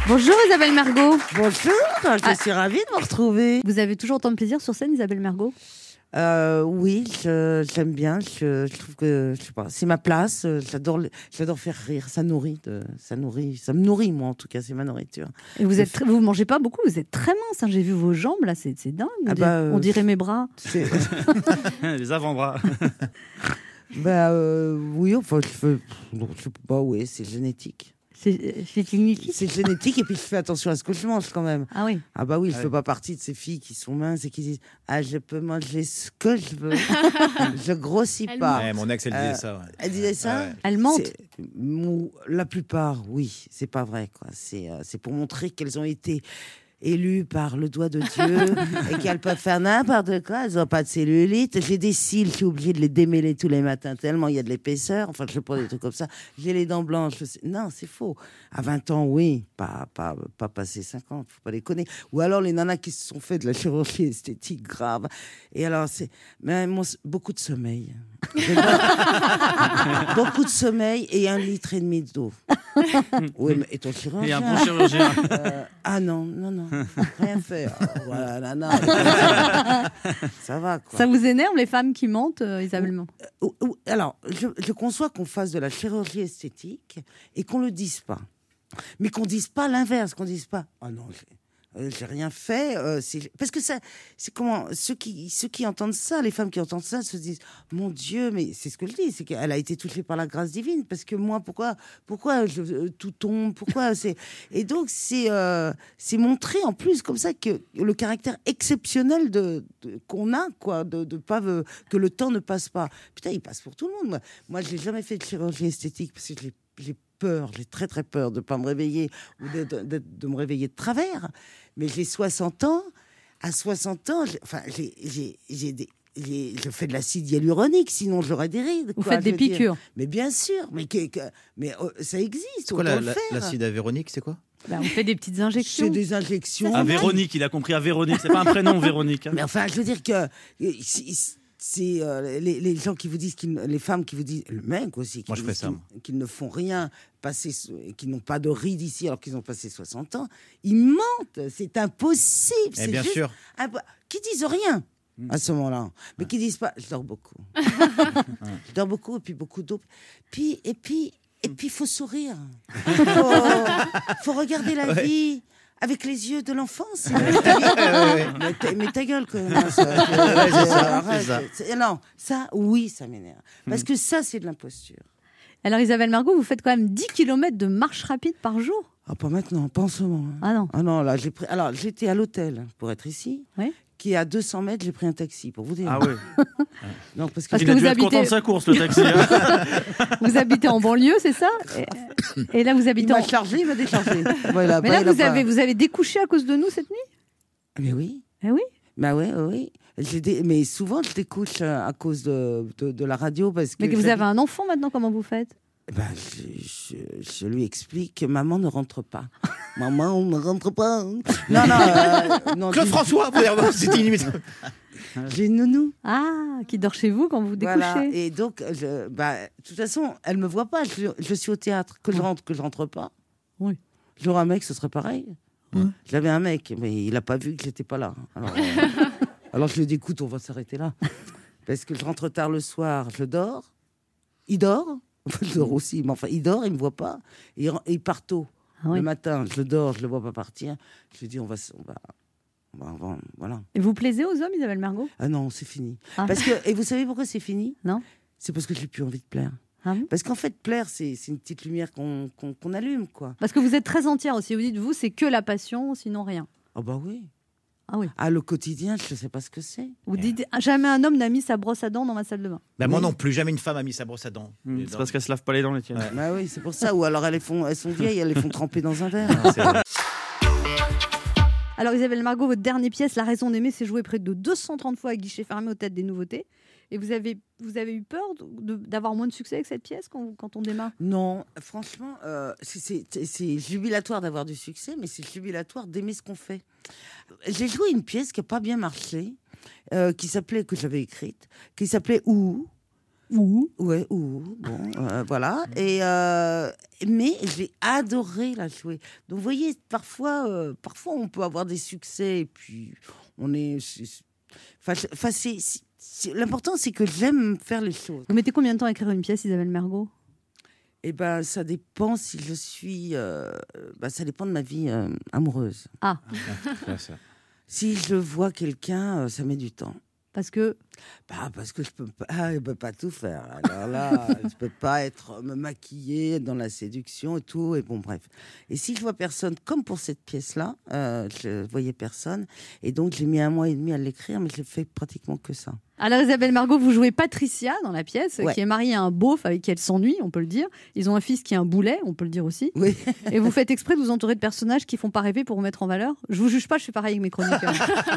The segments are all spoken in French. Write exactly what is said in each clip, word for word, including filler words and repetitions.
Bonjour Isabelle Mergo. Bonjour, je Ah. suis ravie de vous retrouver. Vous avez toujours autant de plaisir sur scène, Isabelle Mergo? Euh, oui, je- j'aime bien. Je, je trouve que je sais pas, c'est ma place. J'adore, le- j'adore faire rire. Ça nourrit, de, ça nourrit, ça me nourrit moi en tout cas. C'est ma nourriture. Et vous êtes, très- vous mangez pas beaucoup, vous êtes très mince. hein. J'ai vu vos jambes là, c'est c'est dingue. On, Ah dirait, bah, euh, on dirait mes bras. C'est, Les avant-bras. bah euh, oui, enfin je fais, non, je sais pas, oui, c'est génétique. C'est c'est clinique. C'est génétique et puis je fais attention à ce que je mange quand même. Ah oui. Ah bah oui, je Ah fais oui. pas partie de ces filles qui sont minces et qui disent ah je peux manger ce que je veux, je grossis Elle pas. Ouais, mon ex, elle disait Euh, ça. Ouais. Elle disait ça. Ouais. Elle mente. C'est- mou- La plupart, oui, c'est pas vrai. Quoi. C'est, euh, c'est pour montrer qu'elles ont été élues par le doigt de Dieu et qu'elles peuvent faire n'importe quoi. Elles n'ont pas de cellulite. J'ai des cils, je suis obligée de les démêler tous les matins tellement il y a de l'épaisseur. Enfin, je prends des trucs comme ça. J'ai les dents blanches. je sais- Non, c'est faux. À vingt ans, oui, pas, pas, pas passer cinquante, faut pas déconner. Ou alors les nanas qui se sont fait de la chirurgie esthétique grave. Et alors, c'est mais mon- beaucoup de sommeil. J'ai pas- beaucoup de sommeil et un litre et demi d'eau. Oui, mais et ton chirurgien Et un bon chirurgien. euh, ah non, non, non, faut rien faire. Oh, voilà, nana. Ça va, quoi. Ça vous énerve les femmes qui mentent, euh, Isabelle Mergo? Ou- ou- Alors, je, je conçois qu'on fasse de la chirurgie esthétique et qu'on le dise pas. Mais qu'on dise pas l'inverse, qu'on dise pas « Ah non, j'ai- euh, j'ai rien fait. euh, c'est- » Parce que ça, c'est comment ceux qui, ceux qui entendent ça, les femmes qui entendent ça, se disent « Mon Dieu, mais c'est ce que je dis, c'est qu'elle a été touchée par la grâce divine. Parce que moi, pourquoi, pourquoi je, euh, tout tombe pourquoi c'est... » Et donc, c'est euh, c'est montrer en plus comme ça que le caractère exceptionnel de, de- qu'on a, quoi, de, de pas, euh, que le temps ne passe pas. Putain, il passe pour tout le monde. Moi, moi je n'ai jamais fait de chirurgie esthétique parce que j'ai j'ai peur, j'ai très très peur de ne pas me réveiller ou de, de, de- de me réveiller de travers. Mais j'ai soixante ans. À soixante ans, j'ai- enfin, j'ai, j'ai, j'ai des, j'ai- je fais de l'acide hyaluronique, sinon j'aurais des rides. Vous quoi, faites je des veux dire. piqûres. Mais bien sûr, mais, que- que- mais euh, ça existe. C'est quoi autant la- le la- faire. l'acide avéronique, c'est quoi? Bah, on fait des petites injections. C'est des injections. Ah, Véronique, il a compris à Véronique. C'est pas un prénom, Véronique. hein. Mais enfin, je veux dire que euh, c'est c'est, euh, les, les gens qui vous disent, qu'ils ne- les femmes qui vous disent, le mec aussi, qui Moi, je vous fais disent ça, qu'ils- moi. qu'ils ne font rien, passer, so- et qui n'ont pas de rides ici alors qu'ils ont passé soixante ans, ils mentent. C'est impossible. Eh c'est bien juste sûr. impo- Qui disent rien à ce moment-là, mais qui disent pas, je dors beaucoup. Je dors beaucoup et puis beaucoup d'eau. Puis et puis et puis faut sourire. Faut, faut regarder la Ouais. vie avec les yeux de l'enfance. mais, ta, mais ta gueule, quoi. Non, ça, Ouais, c'est ça, arrête. c'est ça. C'est- non, ça, oui, ça m'énerve. Parce que ça, c'est de l'imposture. Alors Isabelle Mergo, vous faites quand même dix kilomètres de marche rapide par jour? Ah, pas maintenant, pas en ce moment. hein. Ah non. Ah non, là, j'ai pris. Alors, j'étais à l'hôtel pour être ici. Oui. Qui est à deux cents mètres, j'ai pris un taxi pour vous dire. Ah oui. Non, parce que, Parce Il que a vous dû être content habitez- de sa course, le taxi. hein. Vous habitez en banlieue, c'est ça? et, et là, vous il habitez m'a en... chargé, il m'a déchargé. Voilà, Mais bah, là, il a vous pas- avez, vous avez découché à cause de nous cette nuit? Mais oui. Eh oui. Bah ouais, ouais, oui. J'ai des- Mais souvent, je découche euh, à cause de, de, de la radio. Parce que Mais que vous j'habite- avez un enfant maintenant, comment vous faites? Ben, je, je- je lui explique que maman ne rentre pas. Maman, on ne rentre pas. Non, non. euh, non Claude j'ai- François, vous allez voir, c'était une limite. J'ai une nounou. Ah, qui dort chez vous quand vous découchez. Voilà. Et donc, je, bah, de toute façon, elle me voit pas. Je, je suis au théâtre. Que je rentre, que je rentre pas. Oui. J'aurais un mec, ce serait pareil. J'avais un mec, mais il a pas vu que j'étais pas là. Alors, euh, alors je lui ai dit, écoute, on va s'arrêter là. Parce que je rentre tard le soir, je dors. Il dort. Enfin, je dors aussi, mais enfin, il dort, il me voit pas. Et il, ren- et il part tôt. Ah oui. Le matin, je dors, je le vois pas partir. Je lui dis, on va, s- on va, on va, on va- voilà. Et vous plaisez aux hommes, Isabelle Mergo? Ah non, c'est fini. Ah. Parce que, et vous savez pourquoi c'est fini? Non. C'est parce que j'ai plus envie de plaire. Ah bon? Parce qu'en fait, plaire, c'est c'est une petite lumière qu'on qu'on- qu'on allume, quoi. Parce que vous êtes très entière aussi. Vous dites, vous, c'est que la passion, sinon rien. Ah bah oui. Ah oui. Ah, le quotidien, je sais pas ce que c'est. Vous dites, ah, jamais un homme n'a mis sa brosse à dents dans ma salle de bain. Bah, moi Oui. non plus, jamais une femme a mis sa brosse à dents. Hmm, Et c'est dans- parce qu'elle se lave pas les dents, les tiennes. Ouais. Bah oui, c'est pour ça. Ou alors elles, les font, elles sont vieilles, elles les font tremper dans un verre. Non, c'est vrai. Alors Isabelle Mergo, votre dernière pièce, La raison d'aimer, s'est jouée près de deux cent trente fois à guichet fermé au Théâtre des Nouveautés. Et vous avez, vous avez eu peur de- d'avoir moins de succès avec cette pièce quand, quand on démarre? Non, franchement, euh, c'est- c'est c'est jubilatoire d'avoir du succès, mais c'est jubilatoire d'aimer ce qu'on fait. J'ai joué une pièce qui n'a pas bien marché, euh, qui s'appelait, que j'avais écrite, qui s'appelait Ouh. Ouh. Ouais, ou bon, euh, voilà. Et euh, mais j'ai adoré la jouer. Donc, vous voyez, parfois, euh, parfois, on peut avoir des succès et puis on est. Enfin, je- enfin, c'est, c'est- c'est- l'important, c'est que j'aime faire les choses. Vous mettez combien de temps à écrire une pièce, Isabelle Mergo? Eh ben, ça dépend si je suis. Euh, ben, ça dépend de ma vie euh, amoureuse. Ah, Ouais, ça. Si je vois quelqu'un, euh, ça met du temps. parce que Bah, parce que je peux pas, ah, je peux pas tout faire. Alors là, je peux pas être me maquiller être dans la séduction et tout. Et bon, bref. Et si je vois personne, comme pour cette pièce-là, euh, je voyais personne. Et donc, j'ai mis un mois et demi à l'écrire, mais j'ai fait pratiquement que ça. Alors Isabelle Mergo, vous jouez Patricia dans la pièce, Ouais. qui est mariée à un beauf avec qui elle s'ennuie, on peut le dire. Ils ont un fils qui est un boulet, on peut le dire aussi. Oui. Et vous faites exprès de vous entourer de personnages qui font pas rêver pour vous mettre en valeur. Je vous juge pas, je fais pareil avec mes chroniqueurs.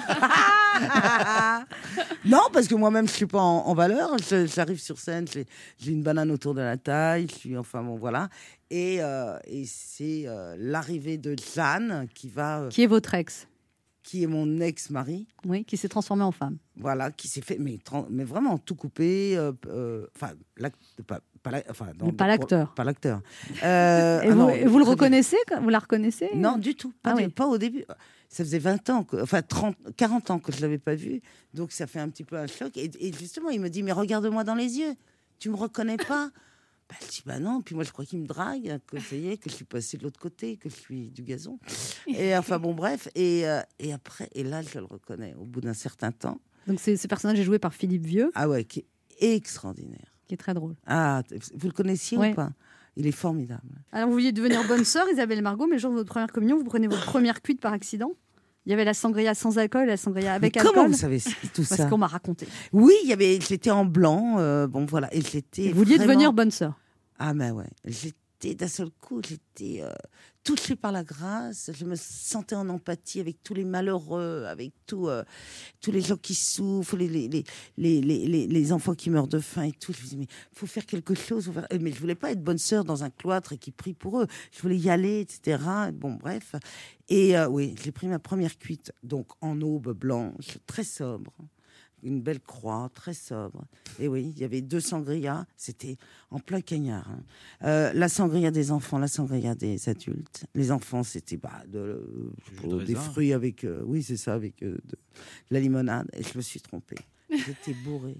Non, parce que moi-même, je suis pas en, en valeur. Je- J'arrive sur scène, j'ai j'ai une banane autour de la taille. Je suis, enfin bon, voilà. Et, euh, et c'est euh, l'arrivée de Jeanne qui va, euh, Qui est votre ex? qui est mon ex-mari. Oui, qui s'est transformée en femme. Voilà, qui s'est fait, mais, tran- mais vraiment tout coupé. euh, euh, Enfin, l'act- pas, pas, la- enfin, dans- Mais pas pour- l'acteur. Pas l'acteur. Euh, Et ah vous, non, et vous le très bien. reconnaissez quand- Vous la reconnaissez? Non, du tout. Pas, Ah du- oui. pas au début. Ça faisait vingt ans, que- enfin trente, quarante ans que je ne l'avais pas vu. Donc ça fait un petit peu un choc. Et, et justement, il me dit, mais regarde-moi dans les yeux. Tu me reconnais pas? Bah, je dis, bah non. Puis moi, je crois qu'il me drague, que ça y est, que je suis passée de l'autre côté, que je suis du gazon. Et enfin, bon, bref. Et, euh, et après, et là, je le reconnais au bout d'un certain temps. Donc c'est- ce personnage est joué par Philippe Vieux, Ah ouais, qui est extraordinaire. qui est très drôle. Ah, t- vous le connaissiez Ouais. ou pas? Il est formidable. Alors vous vouliez devenir bonne sœur, Isabelle Mergo, mais le jour de votre première communion, vous prenez votre première cuite par accident. Il y avait la sangria sans alcool et la sangria avec Mais comment alcool. vous savez c- tout Parce ça? qu'on m'a raconté. Oui, il y avait, j'étais en blanc, euh, bon voilà, et j'étais. Et vous vouliez vraiment- devenir bonne sœur. Ah ben ouais, j'étais d'un seul coup, j'étais euh, touchée par la grâce. Je me sentais en empathie avec tous les malheureux, avec tout, euh, tous les gens qui souffrent, les, les, les, les, les, les- les enfants qui meurent de faim et tout. Je me disais, mais faut faire quelque chose. faut faire- Mais je voulais pas être bonne sœur dans un cloître et qui prie pour eux. Je voulais y aller, et cetera. Bon, bref. Et euh, oui, j'ai pris ma première cuite, donc en aube blanche, très sobre. Une belle croix, très sobre. Et oui, il y avait deux sangrias. C'était en plein cagnard. hein. Euh, la sangria des enfants, la sangria des adultes. Les enfants, c'était bah, de, euh, jus de des raisin. fruits avec, euh, oui, c'est ça, avec euh, de, de la limonade. Et je me suis trompée. J'étais bourrée.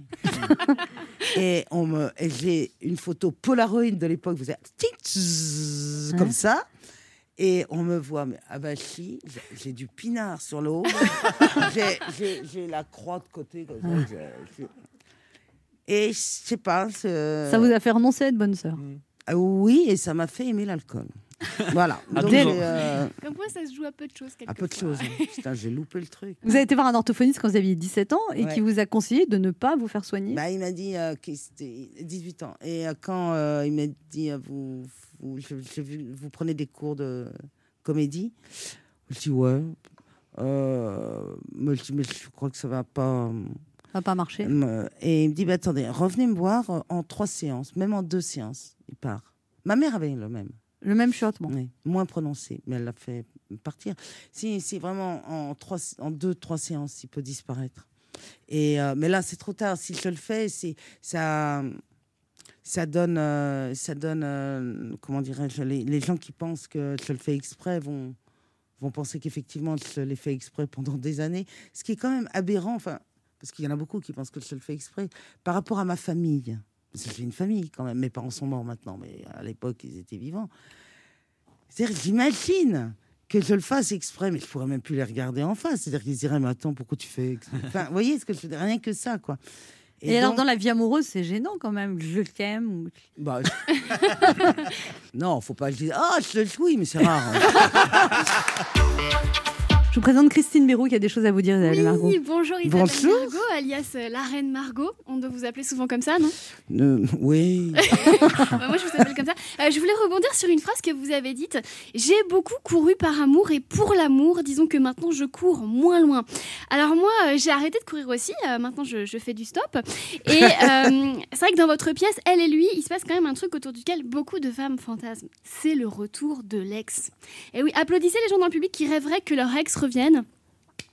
et on me, et j'ai une photo Polaroid de l'époque. Vous êtes comme Ouais. ça. Et on me voit mais abachie, j'ai- j'ai du pinard sur le haut, j'ai- j'ai j'ai la croix de côté. Comme ça, j'ai- j'ai- Et je sais pas. c'est- Ça vous a fait renoncer à être bonne sœur. Ah oui, et ça m'a fait aimer l'alcool. Voilà. Ah, Donc, toujours. j'ai, euh, Comme quoi, ça se joue à peu de choses. à peu de quelquefois. choses. hein. Putain, j'ai loupé le truc. Vous avez été voir un orthophoniste quand vous aviez dix-sept ans et Ouais. qui vous a conseillé de ne pas vous faire soigner. Bah, il m'a dit euh, que c'était dix-huit ans. Et euh, quand euh, il m'a dit, euh, vous, vous, je- j'ai vu- vous prenez des cours de comédie, je dis ouais. Euh, mais, je dis, mais je crois que ça va pas. Ça n'a pas marché. Me- Et il me dit, bah, attendez, revenez me voir euh, en trois séances, même en deux séances. Il part. Ma mère avait le même. Le même chuchotement. Oui, moins prononcé, mais elle l'a fait partir. Si, si vraiment en, trois, en deux, trois séances, il peut disparaître. Et, euh, mais là, c'est trop tard. Si je le fais, c'est, ça, ça donne, euh, ça donne euh, comment dirais-je, les, les gens qui pensent que je le fais exprès vont, vont penser qu'effectivement, je l'ai fait exprès pendant des années. Ce qui est quand même aberrant, enfin, parce qu'il y en a beaucoup qui pensent que je le fais exprès, par rapport à ma famille. Parce que j'ai une famille quand même. Mes parents sont morts maintenant, mais à l'époque, ils étaient vivants. C'est-à-dire, j'imagine que je le fasse exprès, mais je pourrais même plus les regarder en face. C'est-à-dire qu'ils se diraient, mais attends, pourquoi tu fais exprès Enfin, vous voyez ce que je veux dire? Rien que ça, quoi. Et, alors, donc- dans la vie amoureuse, c'est gênant quand même. Je t'aime. ou- Bah, je- non, faut pas que je dise, ah, je le jouis, mais c'est rare. hein. Je vous présente Christine Béroux qui a des choses à vous dire, Isabelle Mergo. Oui, bonjour Isabelle Bonjour. Margot, alias euh, la reine Margot. On doit vous appeler souvent comme ça, non? Euh, oui. Bah, moi, je vous appelle comme ça. Euh, je voulais rebondir sur une phrase que vous avez dite. J'ai beaucoup couru par amour et pour l'amour. Disons que maintenant, je cours moins loin. Alors moi, euh, j'ai arrêté de courir aussi. Euh, maintenant, je, je fais du stop. Et euh, c'est vrai que dans votre pièce, elle et lui, il se passe quand même un truc autour duquel beaucoup de femmes fantasment. C'est le retour de l'ex. Et oui, applaudissez les gens dans le public qui rêveraient que leur ex revienne.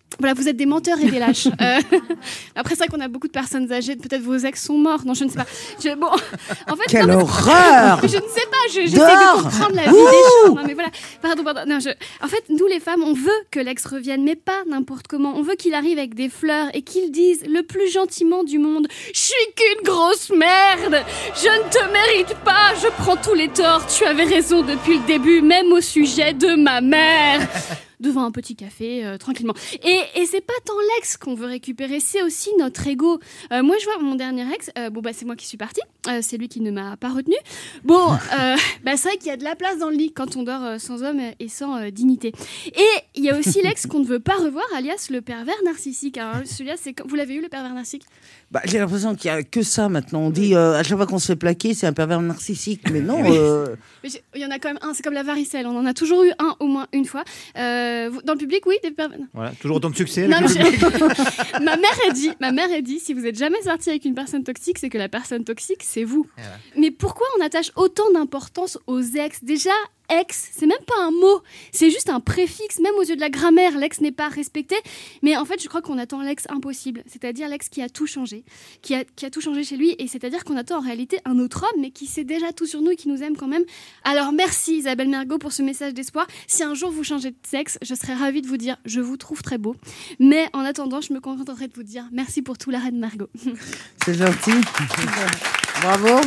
Voilà, vous êtes des menteurs et des lâches. Euh, après, c'est vrai qu'on a beaucoup de personnes âgées. Peut-être vos ex sont morts. Non, je ne sais pas. Je, bon, en fait, Quelle non, mais- horreur! Je ne sais pas. Je, j'essaie Dehors. de comprendre la vie des gens. Non, mais voilà. Pardon, pardon. Non, je... En fait, nous, les femmes, on veut que l'ex revienne, mais pas n'importe comment. On veut qu'il arrive avec des fleurs et qu'il dise le plus gentiment du monde « Je suis qu'une grosse merde. Je ne te mérite pas. Je prends tous les torts. Tu avais raison depuis le début, même au sujet de ma mère. » Devant un petit café, euh, tranquillement. Et, et c'est pas tant l'ex qu'on veut récupérer, c'est aussi notre ego. Euh, moi, je vois mon dernier ex, euh, bon, bah, c'est moi qui suis partie, euh, c'est lui qui ne m'a pas retenue. Bon, euh, bah, c'est vrai qu'il y a de la place dans le lit quand on dort euh, sans homme et sans euh, dignité. Et il y a aussi l'ex qu'on ne veut pas revoir, alias le pervers narcissique. Alors, celui-là, c'est... Vous l'avez eu, le pervers narcissique? Bah, j'ai l'impression qu'il n'y a que ça maintenant. On dit euh, à chaque fois qu'on se fait plaquer, c'est un pervers narcissique. Mais non. euh, Mais j'ai- il y en a quand même un, c'est comme la varicelle, on en a toujours eu un au moins une fois. Euh, vous- dans le public, oui, des pervers. Voilà, toujours autant de succès. Non, avec mais le j'ai- public. ma mère a dit, ma mère a dit, si vous êtes jamais sorti avec une personne toxique, c'est que la personne toxique, c'est vous. Voilà. Mais pourquoi on attache autant d'importance aux ex? Déjà, ex, c'est même pas un mot, c'est juste un préfixe. Même aux yeux de la grammaire, l'ex n'est pas respecté. Mais en fait, je crois qu'on attend l'ex impossible, c'est-à-dire l'ex qui a tout changé, qui a, qui a tout changé chez lui, et c'est-à-dire qu'on attend en réalité un autre homme, mais qui sait déjà tout sur nous et qui nous aime quand même. Alors merci Isabelle Mergo pour ce message d'espoir. Si un jour vous changez de sexe, je serais ravie de vous dire je vous trouve très beau. Mais en attendant, je me contenterai de vous dire merci pour tout, la reine Margot. C'est gentil. Bravo.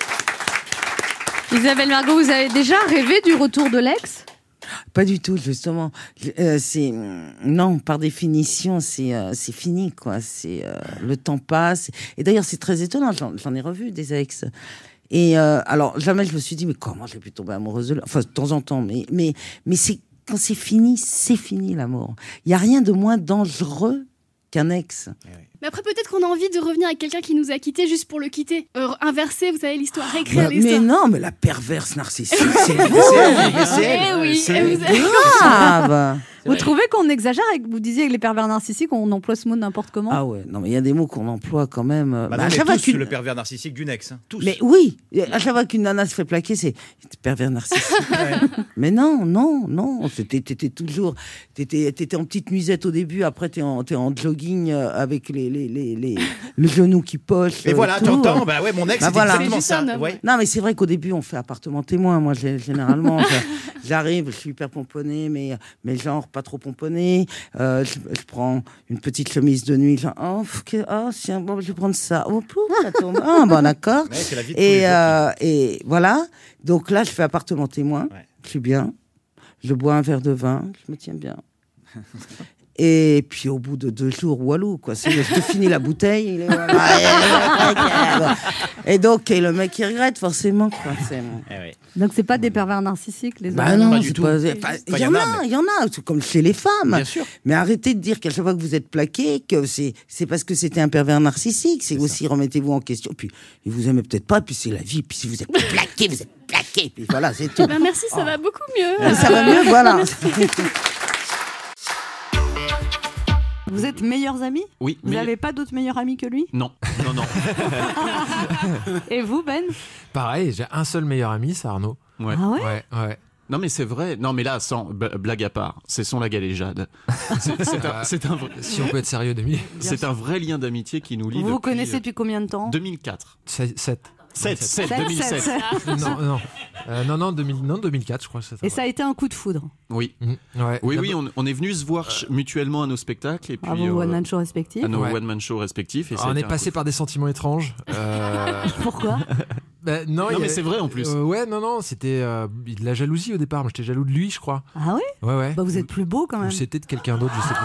Isabelle Mergo, vous avez déjà rêvé du retour de l'ex? Pas du tout, justement. Euh, c'est non, par définition, c'est euh, c'est fini, quoi. C'est euh, le temps passe. Et d'ailleurs, c'est très étonnant. J'en, j'en ai revu des ex. Et euh, alors, jamais je me suis dit, mais comment j'ai pu tomber amoureuse de lui? Enfin, de temps en temps, mais mais mais c'est quand c'est fini, c'est fini l'amour. Il y a rien de moins dangereux qu'un ex. Mais après, peut-être qu'on a envie de revenir avec quelqu'un qui nous a quittés juste pour le quitter. Euh, inverser, vous savez, l'histoire, réécrire Bah, l'histoire. mais non, mais la perverse narcissique, c'est C'est vous. elle, c'est elle. Eh oui, C'est et elle. vous avez- Grave. Vous trouvez qu'on exagère et que vous disiez que les pervers narcissiques, on emploie ce mot n'importe comment? Ah ouais, non mais il y a des mots qu'on emploie quand même. euh, Bah bah, non, à mais chaque fois tous qu'une- le pervers narcissique d'une ex. hein. Tous. Mais oui, à chaque fois qu'une nana se fait plaquer, c'est pervers narcissique. Mais non, non, non, c'était, t'étais toujours, t'étais, t'étais en petite nuisette au début, après t'es en, t'es en jogging euh, avec les, les, les, les, le genou qui poche. Et euh, voilà, tout. t'entends, bah ouais, mon ex, Bah c'est voilà. exactement C'est juste ça. un homme. Ouais. Non, mais c'est vrai qu'au début, on fait appartement témoin. Moi, j'ai- généralement, je- j'arrive, je suis hyper pomponnée, mais, mais genre pas trop pomponnée. Euh, je, je prends une petite chemise de nuit, genre, oh, pff, que- oh tiens, bon, je vais prendre ça. Oh, pouf, ça tombe. Ah, bon, d'accord. Ouais, c'est la vie de tous les Et, jours. euh, et voilà. Donc là, je fais appartement témoin. Ouais. Je suis bien. Je bois un verre de vin. Je me tiens bien. Et puis au bout de deux jours, walou, quoi. C'est, je te finis la bouteille. Il est, voilà. Et donc, et le mec, il regrette forcément, quoi. C'est... Eh ouais. Donc c'est pas des pervers narcissiques, les Bah hommes? non, pas du c'est tout. pas. Enfin, il Enfin, y en a, il y en a, c'est comme chez les femmes. Bien sûr. Mais arrêtez de dire qu'à chaque fois que vous êtes plaqué, que c'est, c'est parce que c'était un pervers narcissique. C'est, C'est aussi, remettez-vous en question. Puis, il vous aimait peut-être pas, puis c'est la vie. Puis si vous êtes plaqué, vous êtes plaqué. Puis voilà, c'est tout. Ben, merci, ça va beaucoup mieux. Et ça va mieux, voilà. Vous êtes meilleurs amis? Oui, Vous mais n'avez pas d'autres meilleurs amis que lui? non, non, non. Et vous, Ben? Pareil, j'ai un seul meilleur ami, c'est Arnaud. Ouais. Ah ouais? Ouais, ouais. Non, mais c'est vrai. Non, mais là, sans b- blague à part, c'est son la galéjade. C'est, c'est un, c'est un vrai- Si on peut être sérieux, Demi. c'est un vrai lien d'amitié qui nous lie. Vous vous depuis, connaissez euh, depuis combien de temps? deux mille quatre. sept. sept, sept, Sept, deux mille sept. sept. Non, non. Euh, non, non, deux mille, non, deux mille quatre, je crois que c'est ça. Et ça a été un coup de foudre. Oui, Mhm. Ouais. oui, oui. D'abord- On, on est venus se voir ch- mutuellement à nos spectacles et puis À vos euh, one-man shows respectifs. à nos Ouais. one-man shows respectifs. Et ça a on été est un passé coup par des sentiments étranges. Euh, Pourquoi? ben, non, de- il Non, y mais a- c'est vrai en plus. Euh, ouais, non, non, c'était euh, de la jalousie au départ. Moi, j'étais jaloux de lui, je crois. Ah ouais? Ouais, ouais. Bah vous êtes plus beau quand Ou même. c'était de quelqu'un d'autre, je sais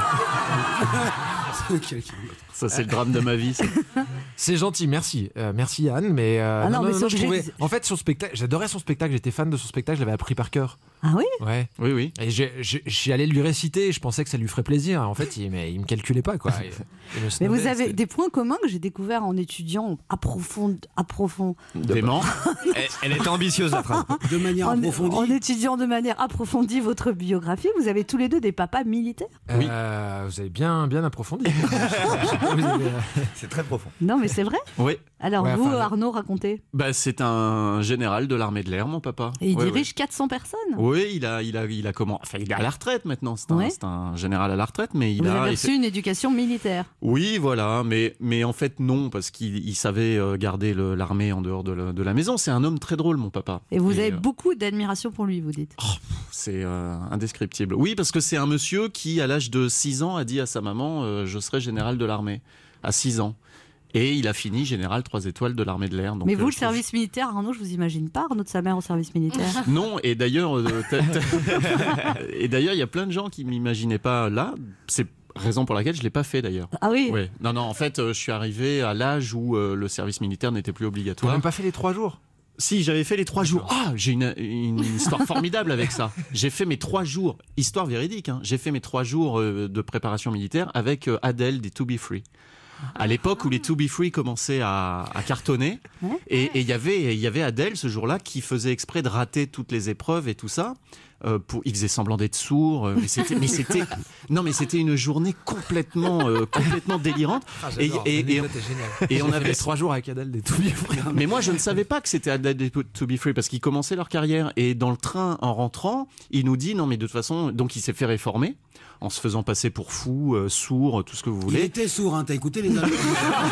plus. Ça, c'est le drame de ma vie. ça. C'est gentil, merci. Euh, merci Anne, mais, euh, Ah non, mais c'est je obligé trouvais... de- En fait, son spectacle, j'adorais son spectacle, j'étais fan de son spectacle, je l'avais appris par cœur. Ah oui? Ouais. Oui, oui. Et j'ai- j'ai- j'y allais lui réciter, et je pensais que ça lui ferait plaisir. En fait, il, mais il me calculait pas, quoi. Il- il me Mais snobait, vous avez c'était- des points communs que j'ai découverts en étudiant approfond, approfond, Dément. Elle, elle était ambitieuse, la phrase. De manière en, approfondie. en étudiant de manière approfondie votre biographie. Vous avez tous les deux des papas militaires? Oui. Euh, vous avez bien, bien approfondi. Vous avez, euh, C'est très profond. Non, mais c'est vrai. Oui. Alors Ouais, vous, enfin, Arnaud, racontez. Bah, c'est un général de l'armée de l'air, mon papa. Et il Ouais, dirige quatre cents personnes. ouais. Oui, il a, il a, il a comment Enfin, il est à la retraite maintenant. C'est un, Ouais. c'est un général à la retraite, mais il Vous a. avez il reçu fait- une éducation militaire. Oui, voilà, mais, mais en fait non, parce qu'il il savait euh, garder le- l'armée en dehors de la, de la maison. C'est un homme très drôle, mon papa. Et vous avez euh, beaucoup d'admiration pour lui, vous dites. C'est euh, indescriptible. Oui, parce que c'est un monsieur qui, à l'âge de six ans, a dit à sa maman euh, je serai général de l'armée. À six ans. Et il a fini général trois étoiles de l'armée de l'air. Donc, Mais euh, vous, le je trouve- service militaire, Arnaud, je vous imagine pas, Arnaud de sa mère au service militaire. Non, et d'ailleurs, euh, t'as- t'as- et d'ailleurs, il y a plein de gens qui m'imaginaient pas là. C'est raison pour laquelle je l'ai pas fait d'ailleurs. Ah oui. Ouais. Non, non. En fait, euh, je suis arrivé à l'âge où euh, le service militaire n'était plus Tu n'as obligatoire. même pas fait les trois jours. Si, j'avais fait les trois jours. Ah, j'ai une, une histoire formidable avec ça. J'ai fait mes trois jours, histoire véridique, hein. J'ai fait mes trois jours euh, de préparation militaire avec euh, Adèle des To Be Free. À l'époque où les To Be Free commençaient à, à cartonner. Ouais. Et et il y avait, il y avait Adèle ce jour-là qui faisait exprès de rater toutes les épreuves et tout ça. Euh, pour, il faisait semblant d'être sourd, euh, mais c'était, mais c'était, non mais c'était une journée complètement, euh, complètement délirante. Et, et, et, et on avait trois jours avec Adèle des To Be Free. mais moi, je ne savais pas que c'était Adèle des To Be Free parce qu'ils commençaient leur carrière. Et dans le train, en rentrant, il nous dit non, mais de toute façon, donc il s'est fait réformer en se faisant passer pour fou, euh, sourd, tout ce que vous Il voulez. était sourd, hein, t'as écouté les Allemands.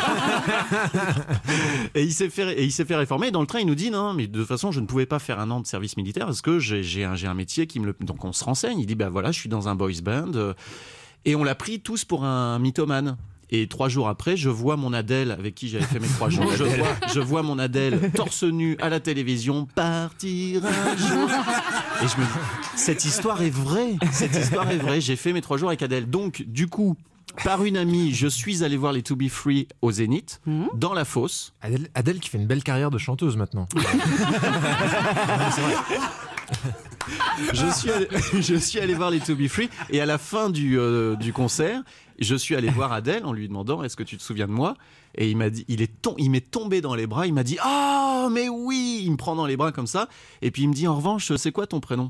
Et il s'est fait, et il s'est fait réformer. Et dans le train, il nous dit non, mais de toute façon, je ne pouvais pas faire un an de service militaire parce que j'ai, j'ai un, j'ai un métier qui me le. Donc on se renseigne. Il dit bah voilà, je suis dans un boys band. euh, Et on l'a pris tous pour un mythomane. Et trois jours après, je vois mon Adèle, avec qui j'avais fait mes trois jours, je vois, je vois mon Adèle torse nu à la télévision partir un jour. Et je me dis, cette histoire est vraie, cette histoire est vraie. J'ai fait mes trois jours avec Adèle. Donc, du coup, par une amie, je suis allé voir les To Be Free au Zénith, Mmh. dans la fosse. Adèle, Adèle qui fait une belle carrière de chanteuse maintenant. Je suis allé, je suis allé voir les To Be Free et à la fin du, euh, du concert, je suis allé voir Adèle en lui demandant est-ce que tu te souviens de moi ? Et il m'a dit, il est tom- il m'est tombé dans les bras, il m'a dit ah oh, mais oui, il me prend dans les bras comme ça et puis il me dit en revanche c'est quoi ton prénom ?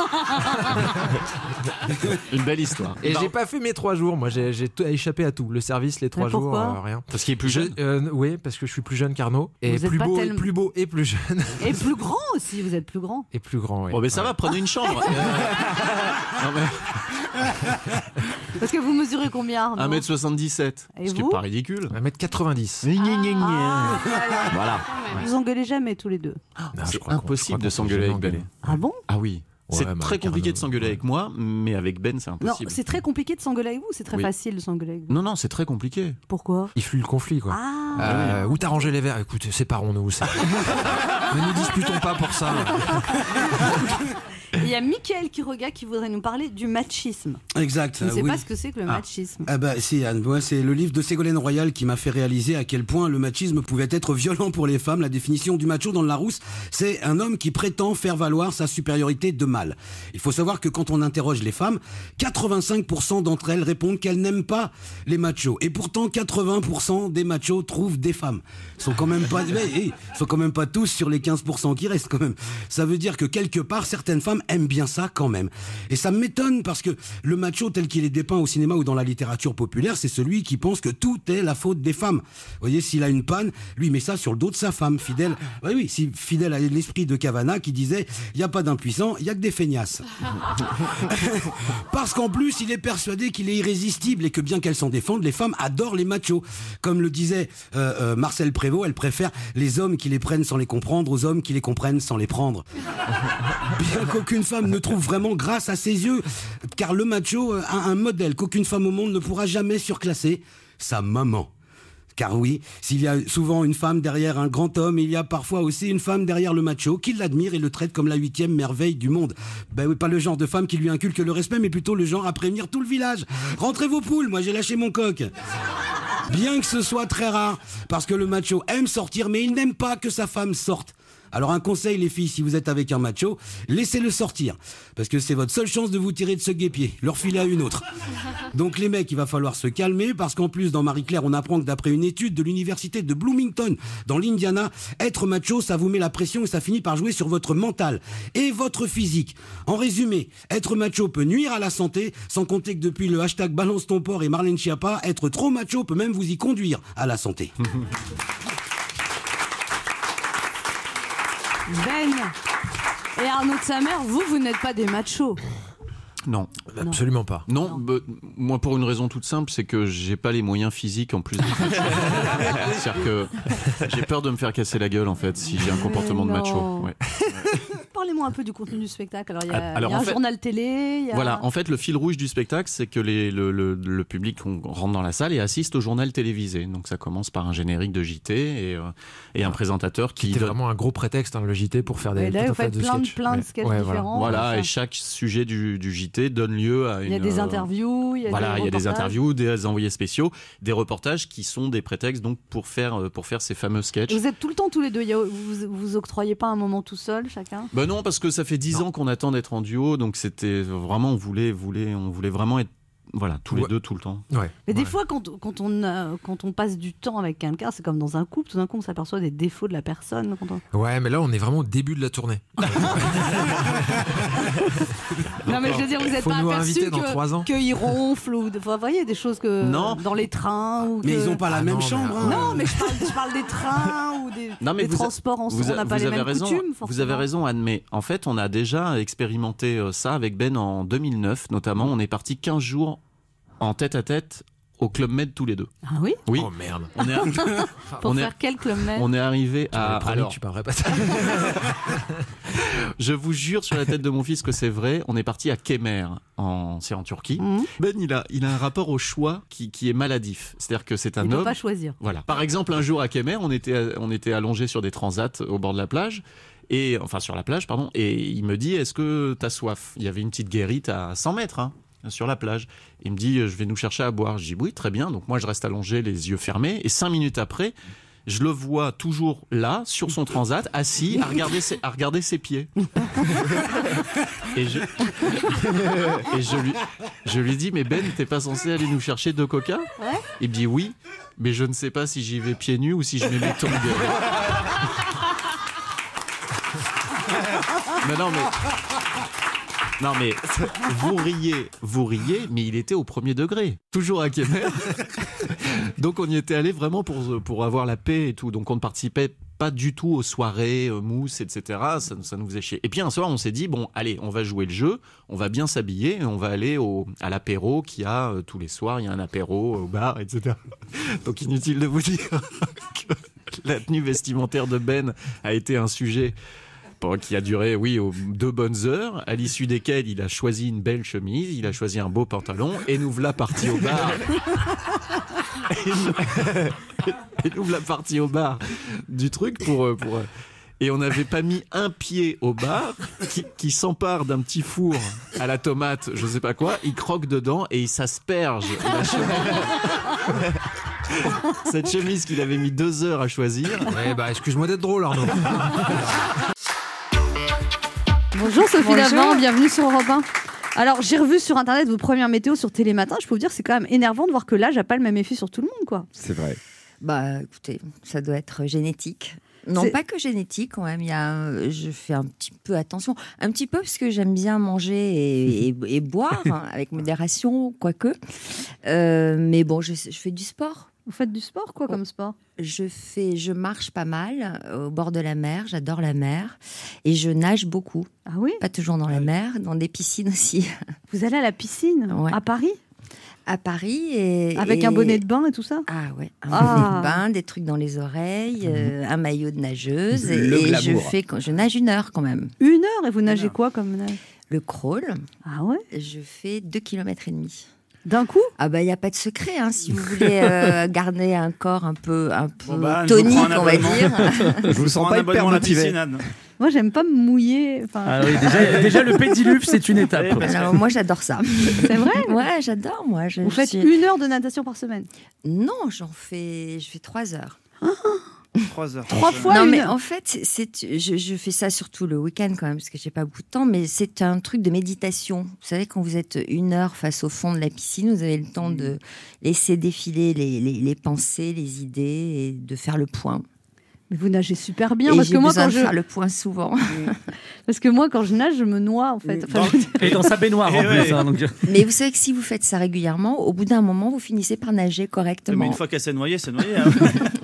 Une belle histoire. Et Non, j'ai pas fait mes trois jours. Moi, j'ai, j'ai tout- échappé à tout. Le service, les trois Mais jours, pourquoi euh, rien. parce qu'il est plus Je- jeune. euh, oui, parce que je suis plus jeune qu'Arnaud. Et Vous êtes plus pas beau, tellement- plus beau et plus jeune. Et plus grand aussi, vous êtes plus grand. Et plus grand, oui. Bon mais ça Ouais. va, prenez une chambre. Euh, non, mais Parce que vous mesurez combien, Arnaud un mètre soixante-dix-sept, Et ce qui vous est pas ridicule. un mètre quatre-vingt-dix. Ah, Voilà. Vous engueulez jamais tous les deux. Non, je C'est crois qu'on- je impossible crois de qu'on s'est s'engueuler jamais avec Ben. engueulé. Ah bon ? Ah oui. Ouais, C'est mais très avec compliqué Arnaud, de s'engueuler ouais. avec moi, mais avec Ben, c'est Non, impossible. c'est très compliqué de s'engueuler avec vous, c'est très Oui. facile de s'engueuler avec vous. Non, non, c'est très compliqué. Pourquoi ? Il fuit le conflit, quoi. Ah Euh, Où t'as rangé les verres ? Écoute, séparons-nous. c'est- ne nous disputons pas pour ça. Il y a Mickaël Quiroga qui voudrait nous parler du machisme. Exact. Je ne sais euh, oui. pas ce que c'est que le Ah. machisme. Ah bah si Anne, moi, c'est le livre de Ségolène Royal qui m'a fait réaliser à quel point le machisme pouvait être violent pour les femmes. La définition du macho dans le Larousse, c'est un homme qui prétend faire valoir sa supériorité de mâle. Il faut savoir que quand on interroge les femmes, quatre-vingt-cinq pour cent d'entre elles répondent qu'elles n'aiment pas les machos. Et pourtant, quatre-vingts pour cent des machos trouvent des femmes. Ils sont quand même pas, mais, hey, ils sont quand même pas tous sur les quinze pour cent qui restent quand même. Ça veut dire que quelque part, certaines femmes aiment bien ça quand même. Et ça m'étonne parce que le macho tel qu'il est dépeint au cinéma ou dans la littérature populaire, c'est celui qui pense que tout est la faute des femmes. Vous voyez, s'il a une panne, lui il met ça sur le dos de sa femme, fidèle. Oui, oui, si fidèle à l'esprit de Cavana qui disait, il y a pas d'impuissants, il y a que des feignasses. Parce qu'en plus, il est persuadé qu'il est irrésistible et que bien qu'elles s'en défendent, les femmes adorent les machos. Comme le disait euh, euh, Marcel Prévost, elle préfère les hommes qui les prennent sans les comprendre aux hommes qui les comprennent sans les prendre. Bien qu'aucune femme ne trouve vraiment grâce à ses yeux, car le macho a un modèle qu'aucune femme au monde ne pourra jamais surclasser, sa maman. Car oui, s'il y a souvent une femme derrière un grand homme, il y a parfois aussi une femme derrière le macho qui l'admire et le traite comme la huitième merveille du monde. Ben oui, pas le genre de femme qui lui inculque le respect, mais plutôt le genre à prévenir tout le village. Rentrez vos poules, moi j'ai lâché mon coq. Bien que ce soit très rare, parce que le macho aime sortir, mais il n'aime pas que sa femme sorte. Alors un conseil les filles, si vous êtes avec un macho, laissez-le sortir. Parce que c'est votre seule chance de vous tirer de ce guépier. Leur filer à une autre. Donc les mecs, il va falloir se calmer parce qu'en plus dans Marie-Claire, on apprend que d'après une étude de l'université de Bloomington, dans l'Indiana, être macho, ça vous met la pression et ça finit par jouer sur votre mental et votre physique. En résumé, être macho peut nuire à la santé, sans compter que depuis le hashtag Balance ton porc et Marlène Schiappa, être trop macho peut même vous y conduire à la santé. Ben et Arnaud de sa mère, vous, vous n'êtes pas des machos. Non. Absolument pas. Non, Non. bah, moi pour une raison toute simple, c'est que j'ai pas les moyens physiques en plus. De C'est-à-dire que j'ai peur de me faire casser la gueule en fait si j'ai un comportement de non. macho. Ouais. Parlez-moi un peu du contenu du spectacle. Alors, il y a, Alors, il y a en un fait- journal télé. Il y a... Voilà, en fait, le fil rouge du spectacle, c'est que les, le, le, le public on rentre dans la salle et assiste au journal télévisé. Donc ça commence par un générique de J T et, euh, et un présentateur qui C'était donne- vraiment un gros prétexte, hein, le J T, pour faire des Et là, tout un vous tas faites de plein de, sketchs. plein de Mais- sketchs ouais, voilà. différents. Voilà, Enfin, et chaque sujet du, du J T donne lieu à une. il y a des euh, interviews, il y a Voilà, des il y a des reportages. interviews, des envoyés spéciaux, des reportages qui sont des prétextes donc pour faire euh, pour faire ces fameux sketchs. Et vous êtes tout le temps tous les deux. Il y a- Vous vous octroyez pas un moment tout seul, chacun? Ben non, parce que ça fait dix ans qu'on attend d'être en duo, donc c'était vraiment on voulait voulait on voulait vraiment être voilà tous les Ouais. deux tout le temps. Ouais. Mais des Ouais. fois, quand, quand, on, euh, quand on passe du temps avec quelqu'un, c'est comme dans un couple, tout d'un coup, on s'aperçoit des défauts de la personne. Quand on... Ouais, mais là, on est vraiment au début de la tournée. Non, mais je veux dire, vous n'êtes Faut pas nous aperçu inviter dans trois ans. qu'ils ronflent ou de- enfin, vous voyez des choses que Non. dans les trains ou Mais que- ils n'ont pas la Ah même non, mais- chambre. hein. Non, mais je parle, je parle des trains ou des, Non, mais des vous a- transports ensemble. Vous, On a- n'a pas vous les avez mêmes raison, coutumes, vous forcément. avez raison Anne, mais en fait on a déjà expérimenté euh, ça avec Ben en deux mille neuf notamment. On est parti quinze jours en tête à tête au Club Med tous les deux. Ah oui. Oui, Oh merde. on est, Pour on est- faire quel club med on est arrivé Tu m'avais à. promis Alors, que tu parlerais pas de je vous jure sur la tête de mon fils que c'est vrai. On est parti à Kemer, en, c'est en Turquie. Mhm. Ben, il a, il a un rapport au choix qui, qui est maladif. C'est-à-dire que c'est un Il ne peut homme. pas choisir. Voilà. Par exemple, un jour à Kemer, on était, on était allongé sur des transats au bord de la plage. Et, enfin, sur la plage, pardon. Et il me dit, est-ce que t'as soif? Il y avait une petite guérite à cent mètres, hein, sur la plage. Il me dit, je vais nous chercher à boire. Je dis, oui, très bien. Donc moi, je reste allongé, les yeux fermés. Et cinq minutes après, je le vois toujours là, sur son transat, assis, à regarder ses, à regarder ses pieds. Et je, et je lui, je lui dis, mais Ben, t'es pas censé aller nous chercher deux coca? Ouais. Il me dit oui, mais je ne sais pas si j'y vais pieds nus ou si je mets mes tongs. Mais non, mais. Non, mais vous riez, vous riez, mais il était au premier degré. Toujours à Kemer. Donc on y était allé vraiment pour, pour avoir la paix et tout. Donc on ne participait pas du tout aux soirées, euh, mousse, et cetera. Ça, ça nous faisait chier. Et puis un soir, on s'est dit, bon, allez, on va jouer le jeu, on va bien s'habiller, et on va aller au, à l'apéro qu'il y a euh, tous les soirs. Il y a un apéro au bar, et cetera. Donc inutile de vous dire que la tenue vestimentaire de Ben a été un sujet bon, qui a duré, oui, aux deux bonnes heures, à l'issue desquelles il a choisi une belle chemise, il a choisi un beau pantalon, et nous voilà partis au bar. Et nous, et nous voilà partis au bar du truc pour... pour et on n'avait pas mis un pied au bar, qui, qui s'empare d'un petit four à la tomate, je sais pas quoi, il croque dedans et il s'asperge la chemise. Cette chemise qu'il avait mis deux heures à choisir. Ouais, bah, excuse-moi d'être drôle, Arnaud. Bonjour Sophie Bonjour. Davant, bienvenue sur Europe un. Alors j'ai revu sur internet vos premières météos sur Télématin. Je peux vous dire que c'est quand même énervant de voir que l'âge n'a pas le même effet sur tout le monde, quoi. C'est vrai. Bah écoutez, ça doit être génétique. Non, C'est- pas que génétique quand même. Il y a, un- je fais un petit peu attention, un petit peu parce que j'aime bien manger et, et- et boire hein, avec modération, quoique. Euh, mais bon, je, je fais du sport. Vous faites du sport, quoi, comme sport? Je fais, je marche pas mal au bord de la mer. J'adore la mer et je nage beaucoup. Ah oui? Pas toujours dans la mer, dans des piscines aussi. Vous allez à la piscine Ouais. à Paris À Paris et avec et- un bonnet de bain et tout ça? Ah ouais, un Ah. bonnet de bain, des trucs dans les oreilles, euh, un maillot de nageuse. Et, Le et je glamour. fais quand je nage une heure quand même. Une heure, et vous nagez quoi comme nage? Le crawl, Ah ouais? je fais deux kilomètres et demi. D'un coup? Ah bah il y a pas de secret hein, si vous voulez euh, garder un corps un peu un peu Bon bah, je vous tonique prends un on va abonnement. dire. Je vous sens pas hyper motivé. Moi, j'aime pas me mouiller. Enfin, Ah oui, déjà, déjà le pédiluve, c'est une étape. Ouais, parce Alors moi j'adore ça. c'est vrai? Ouais, j'adore moi. Je, Vous je faites suis- une heure de natation par semaine? Non, j'en fais je fais trois heures. Trois heures. Trois fois non une mais heure. en fait, c'est, c'est- je, je fais ça surtout le week-end quand même parce que j'ai pas beaucoup de temps. Mais c'est un truc de méditation. Vous savez, quand vous êtes une heure face au fond de la piscine, vous avez le temps de laisser défiler les, les, les pensées, les idées et de faire le point. Mais vous nagez super bien et parce j'ai que moi, besoin quand de je faire le point souvent. parce que moi, quand je nage, je me noie en fait. Enfin, Dans- je veux dire- Et dans sa baignoire en Eh ouais. plus. hein, donc... mais vous savez que si vous faites ça régulièrement, au bout d'un moment, vous finissez par nager Mais correctement. une fois qu'elle s'est noyée, c'est noyé. Hein.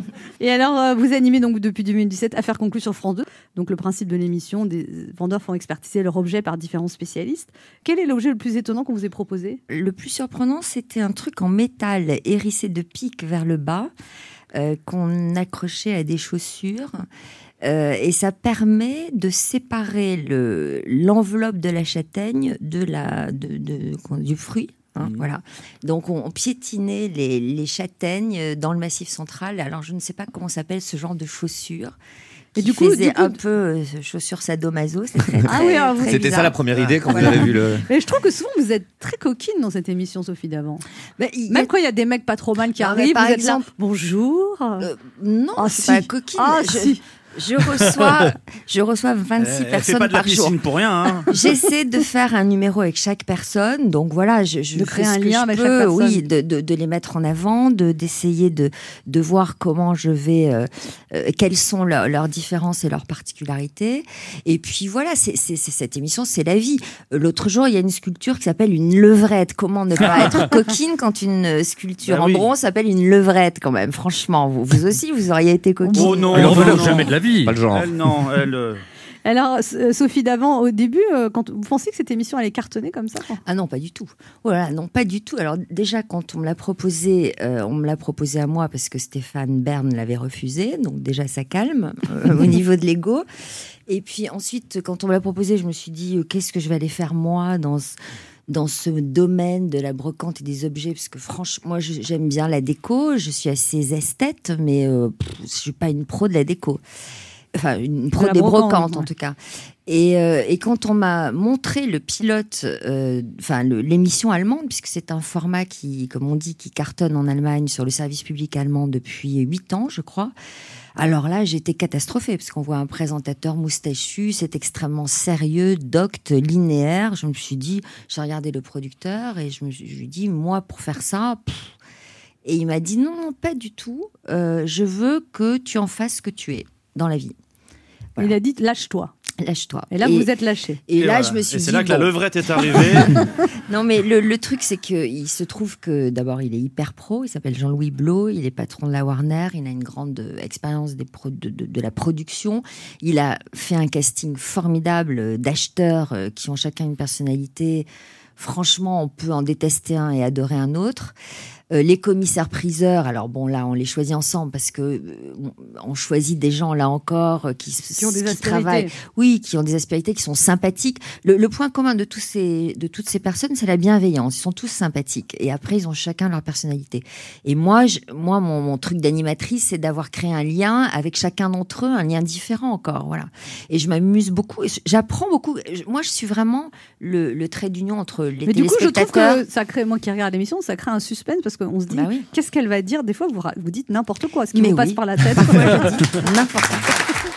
Et alors, euh, vous animez donc depuis deux mille dix-sept Affaires conclues sur France deux. Donc, le principe de l'émission, des vendeurs font expertiser leur objet par différents spécialistes. Quel est l'objet le plus étonnant qu'on vous ait proposé ? Le plus surprenant, c'était un truc en métal hérissé de pics vers le bas euh, qu'on accrochait à des chaussures. Euh, et ça permet de séparer le, l'enveloppe de la châtaigne de la, de, de, du fruit. Hein, mmh. Voilà. Donc on, on piétinait les, les châtaignes dans le Massif central. Alors je ne sais pas comment s'appelle ce genre de chaussures. Et du coup, faisait du coup, un peu euh, chaussures sadomaso. C'était très, ah oui, alors, c'était bizarre. Ça la première idée quand voilà. vous avez vu le. Mais je trouve que souvent vous êtes très coquine dans cette émission, Sophie Davant. Même a... quand il y a des mecs pas trop mal qui non, arrivent, par vous exemple, êtes là. Bonjour. Euh, non, oh, c'est si. pas coquine. Ah, je... si. Je reçois, je reçois vingt-six elle personnes fait pas de par la piscine jour. Pour rien. Hein. J'essaie de faire un numéro avec chaque personne, donc voilà, je, je de fais créer un ce que lien je avec peux, chaque personne. oui, de, de, de les mettre en avant, de d'essayer de de voir comment je vais, euh, euh, quelles sont leurs, leurs différences et leurs particularités. Et puis voilà, c'est, c'est, c'est cette émission, c'est la vie. L'autre jour, il y a une sculpture qui s'appelle une levrette. Comment ne pas être coquine quand une sculpture bah, en oui. bronze s'appelle une levrette quand même. Franchement, vous, vous aussi, vous auriez été coquine. Oh non, non, non, non. Jamais de la vie. Pas le genre. Elle, non, elle. Euh... Alors, Sophie Davant, au début, quand vous pensiez que cette émission allait cartonner comme ça ? Ah non, pas du tout. Voilà, non, pas du tout. Alors déjà, quand on me l'a proposé, euh, on me l'a proposé à moi parce que Stéphane Bern l'avait refusé. Donc déjà, ça calme euh, au niveau de l'ego. Et puis ensuite, quand on me l'a proposé, je me suis dit, euh, qu'est-ce que je vais aller faire moi dans ce... dans ce domaine de la brocante et des objets, parce que franchement, moi, j'aime bien la déco, je suis assez esthète, mais euh, pff, je ne suis pas une pro de la déco. Enfin, une pro des brocante, brocantes, ouais. En tout cas. Et, euh, et quand on m'a montré le pilote, euh, enfin le, l'émission allemande, puisque c'est un format qui, comme on dit, qui cartonne en Allemagne sur le service public allemand depuis huit ans, je crois. Alors là, j'étais catastrophée, parce qu'on voit un présentateur moustachu, c'est extrêmement sérieux, docte, linéaire. Je me suis dit, j'ai regardé le producteur et je me je lui ai dit, moi, pour faire ça... Pff. Et il m'a dit, non, non, pas du tout. Euh, je veux que tu en fasses ce que tu es dans la vie. Voilà. Il a dit, lâche-toi. Lâche-toi. Et là, et, vous êtes lâché. Et, et là, voilà. je me suis et dit... c'est là que bon... la levrette est arrivée. Non, mais le, le truc, c'est qu'il se trouve que, d'abord, il est hyper pro. Il s'appelle Jean-Louis Blot. Il est patron de la Warner. Il a une grande expérience des pro, de, de, de la production. Il a fait un casting formidable d'acheteurs qui ont chacun une personnalité. Franchement, on peut en détester un et adorer un autre. Euh, les commissaires-priseurs, alors bon, là, on les choisit ensemble parce que euh, on choisit des gens, là encore, euh, qui, qui, ont des qui travaillent. Oui, qui ont des aspérités, qui sont sympathiques. Le, le point commun de, tous ces, de toutes ces personnes, c'est la bienveillance. Ils sont tous sympathiques. Et après, ils ont chacun leur personnalité. Et moi, je, moi mon, mon truc d'animatrice, c'est d'avoir créé un lien avec chacun d'entre eux, un lien différent encore. Voilà. Et je m'amuse beaucoup. J'apprends beaucoup. Moi, je suis vraiment le, le trait d'union entre les Mais téléspectateurs. Du coup, je trouve que ça crée, moi qui regarde l'émission, ça crée un suspense parce que on se dit, bah oui. Qu'est-ce qu'elle va dire ? Des fois, vous, vous dites n'importe quoi, ce qui Mais vous oui. passe par la tête. N'importe quoi.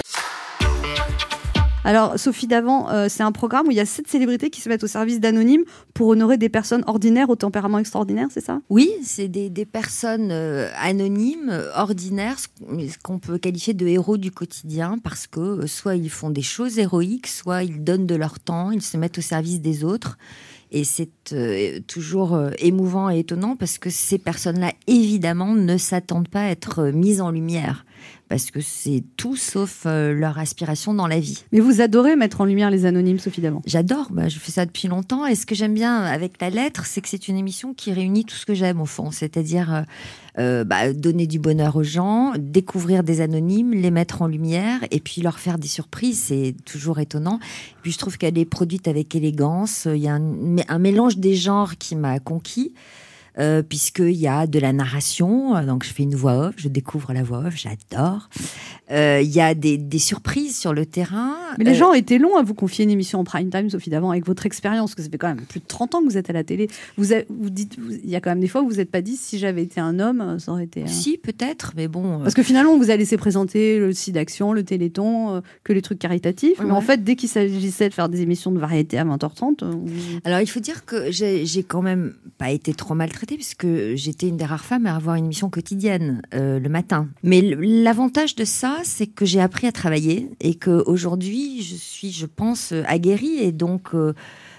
Alors, Sophie Davant, euh, c'est un programme où il y a sept célébrités qui se mettent au service d'anonymes pour honorer des personnes ordinaires au tempérament extraordinaire, c'est ça ? Oui, c'est des, des personnes euh, anonymes, euh, ordinaires, ce qu'on peut qualifier de héros du quotidien, parce que euh, soit ils font des choses héroïques, soit ils donnent de leur temps, ils se mettent au service des autres. Et c'est euh, toujours euh, émouvant et étonnant parce que ces personnes-là, évidemment, ne s'attendent pas à être euh, mises en lumière. Parce que c'est tout sauf euh, leur aspiration dans la vie. Mais vous adorez mettre en lumière les anonymes, Sophie Davant ? J'adore, bah, je fais ça depuis longtemps. Et ce que j'aime bien avec La Lettre, c'est que c'est une émission qui réunit tout ce que j'aime au fond. C'est-à-dire euh, euh, bah, donner du bonheur aux gens, découvrir des anonymes, les mettre en lumière et puis leur faire des surprises. C'est toujours étonnant. Et puis je trouve qu'elle est produite avec élégance. Il y a un, un mélange des genres qui m'a conquis. Euh, puisqu'il y a de la narration, donc je fais une voix off, je découvre la voix off, j'adore. Euh, il y a des, des surprises sur le terrain. Mais les euh, gens étaient longs à vous confier une émission en prime time, Sophie Davant, avec votre expérience, parce que ça fait quand même plus de trente ans que vous êtes à la télé. Vous, avez, vous dites, vous, il y a quand même des fois où vous n'êtes pas dit, si j'avais été un homme, ça aurait été... Un... Si, peut-être, mais bon... Euh... Parce que finalement, on vous a laissé présenter le site d'action, le Téléthon, euh, que les trucs caritatifs. Ouais. Mais en fait, dès qu'il s'agissait de faire des émissions de variété à vingt heures trente... Euh, vous... Alors, il faut dire que j'ai, j'ai quand même pas été trop maltraitée, puisque j'étais une des rares femmes à avoir une émission quotidienne euh, le matin. Mais l'avantage de ça, c'est que j'ai appris à travailler et qu'aujourd'hui, je suis, je pense, aguerrie et donc... Euh,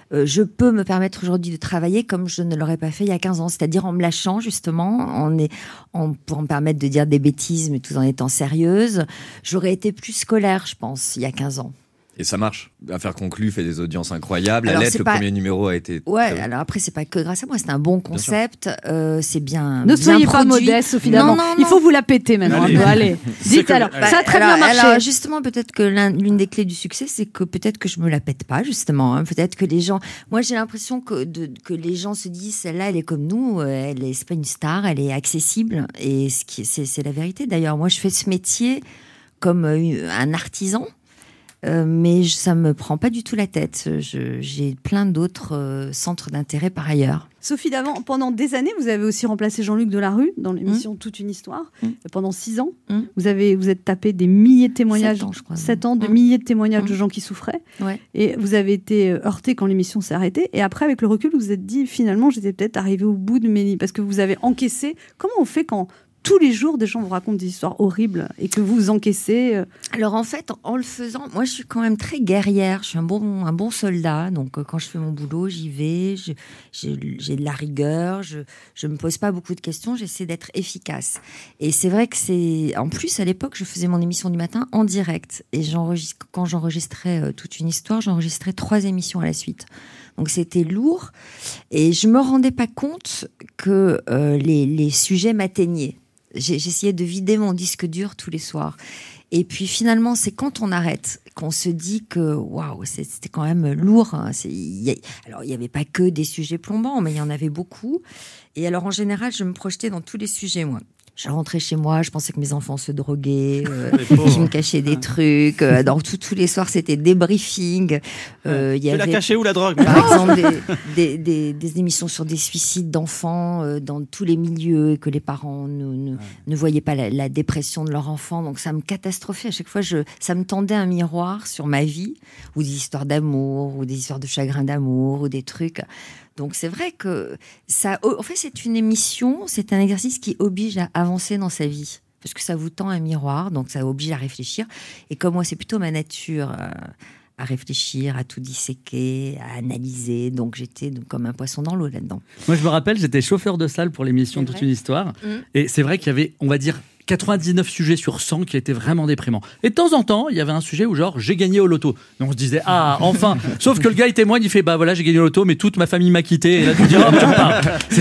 euh, je peux me permettre aujourd'hui de travailler comme je ne l'aurais pas fait il y a quinze ans, c'est-à-dire en me lâchant justement, en, est, en pour me permettre de dire des bêtises mais tout en étant sérieuse. J'aurais été plus scolaire, je pense, il y a quinze ans. Et ça marche. Affaire conclue fait des audiences incroyables. Alors, La lettre, le pas... premier numéro a été. Ouais, très... alors après, c'est pas que grâce à moi, c'est un bon concept. Euh, c'est bien. Ne bien soyez produit. pas modeste, Sophie Davant. Il faut vous la péter maintenant. Allez. allez. Dites alors. Bah, ça a très alors, bien marché. Alors, justement, peut-être que l'une des clés du succès, c'est que peut-être que je me la pète pas, justement. Hein. Peut-être que les gens. Moi, j'ai l'impression que, de, que les gens se disent celle-là, elle est comme nous. Elle est, c'est pas une star, elle est accessible. Et ce qui, c'est, c'est la vérité. D'ailleurs, moi, je fais ce métier comme un artisan. Euh, mais je, ça me prend pas du tout la tête. Je, j'ai plein d'autres euh, centres d'intérêt par ailleurs. Sophie Davant, pendant des années, vous avez aussi remplacé Jean-Luc Delarue dans l'émission mmh. Toute une histoire. Mmh. Pendant six ans, mmh. vous avez vous êtes tapé des milliers de témoignages. Sept ans, je crois. Sept ans, de mmh. milliers de témoignages mmh. de gens qui souffraient. Ouais. Et vous avez été heurté quand l'émission s'est arrêtée. Et après, avec le recul, vous vous êtes dit finalement, j'étais peut-être arrivé au bout de mes... Parce que vous avez encaissé. Comment on fait quand tous les jours, des gens vous racontent des histoires horribles et que vous encaissez? Alors en fait, en le faisant, moi je suis quand même très guerrière, je suis un bon, un bon soldat, donc euh, quand je fais mon boulot, j'y vais, je, j'ai, j'ai de la rigueur, je ne me pose pas beaucoup de questions, j'essaie d'être efficace. Et c'est vrai que c'est... En plus, à l'époque, je faisais mon émission du matin en direct. Et j'enregistre... quand j'enregistrais euh, Toute une histoire, j'enregistrais trois émissions à la suite. Donc c'était lourd. Et je ne me rendais pas compte que euh, les, les sujets m'atteignaient. J'essayais de vider mon disque dur tous les soirs. Et puis finalement, c'est quand on arrête qu'on se dit que waouh, c'était quand même lourd. Hein. C'est, y a, alors, il n'y avait pas que des sujets plombants, mais il y en avait beaucoup. Et alors, en général, je me projetais dans tous les sujets, moi. Je rentrais chez moi, je pensais que mes enfants se droguaient, euh, je me cachais des trucs. Euh, dans tout, tous les soirs, c'était des briefings. Euh, tu l'as caché où la drogue? Par exemple, des, des, des, des émissions sur des suicides d'enfants euh, dans tous les milieux et que les parents ne, ne, ouais. ne voyaient pas la, la dépression de leur enfant. Donc ça me catastrophait. À chaque fois, je, ça me tendait un miroir sur ma vie, ou des histoires d'amour, ou des histoires de chagrin d'amour, ou des trucs... Donc c'est vrai que ça, en fait, c'est une émission, c'est un exercice qui oblige à avancer dans sa vie, parce que ça vous tend un miroir, donc ça oblige à réfléchir. Et comme moi, c'est plutôt ma nature euh, à réfléchir, à tout disséquer, à analyser. Donc j'étais donc, comme un poisson dans l'eau là-dedans. Moi, je me rappelle, j'étais chauffeur de salle pour l'émission Toute une histoire, mmh. et c'est vrai qu'il y avait, on va dire, quatre-vingt-dix-neuf sujets sur cent qui étaient vraiment déprimants. Et de temps en temps, il y avait un sujet où genre j'ai gagné au loto. Donc on se disait ah enfin. Sauf que le gars il témoigne, il fait bah voilà j'ai gagné au loto, mais toute ma famille m'a quitté. Et là tu te dis oh j'en parle.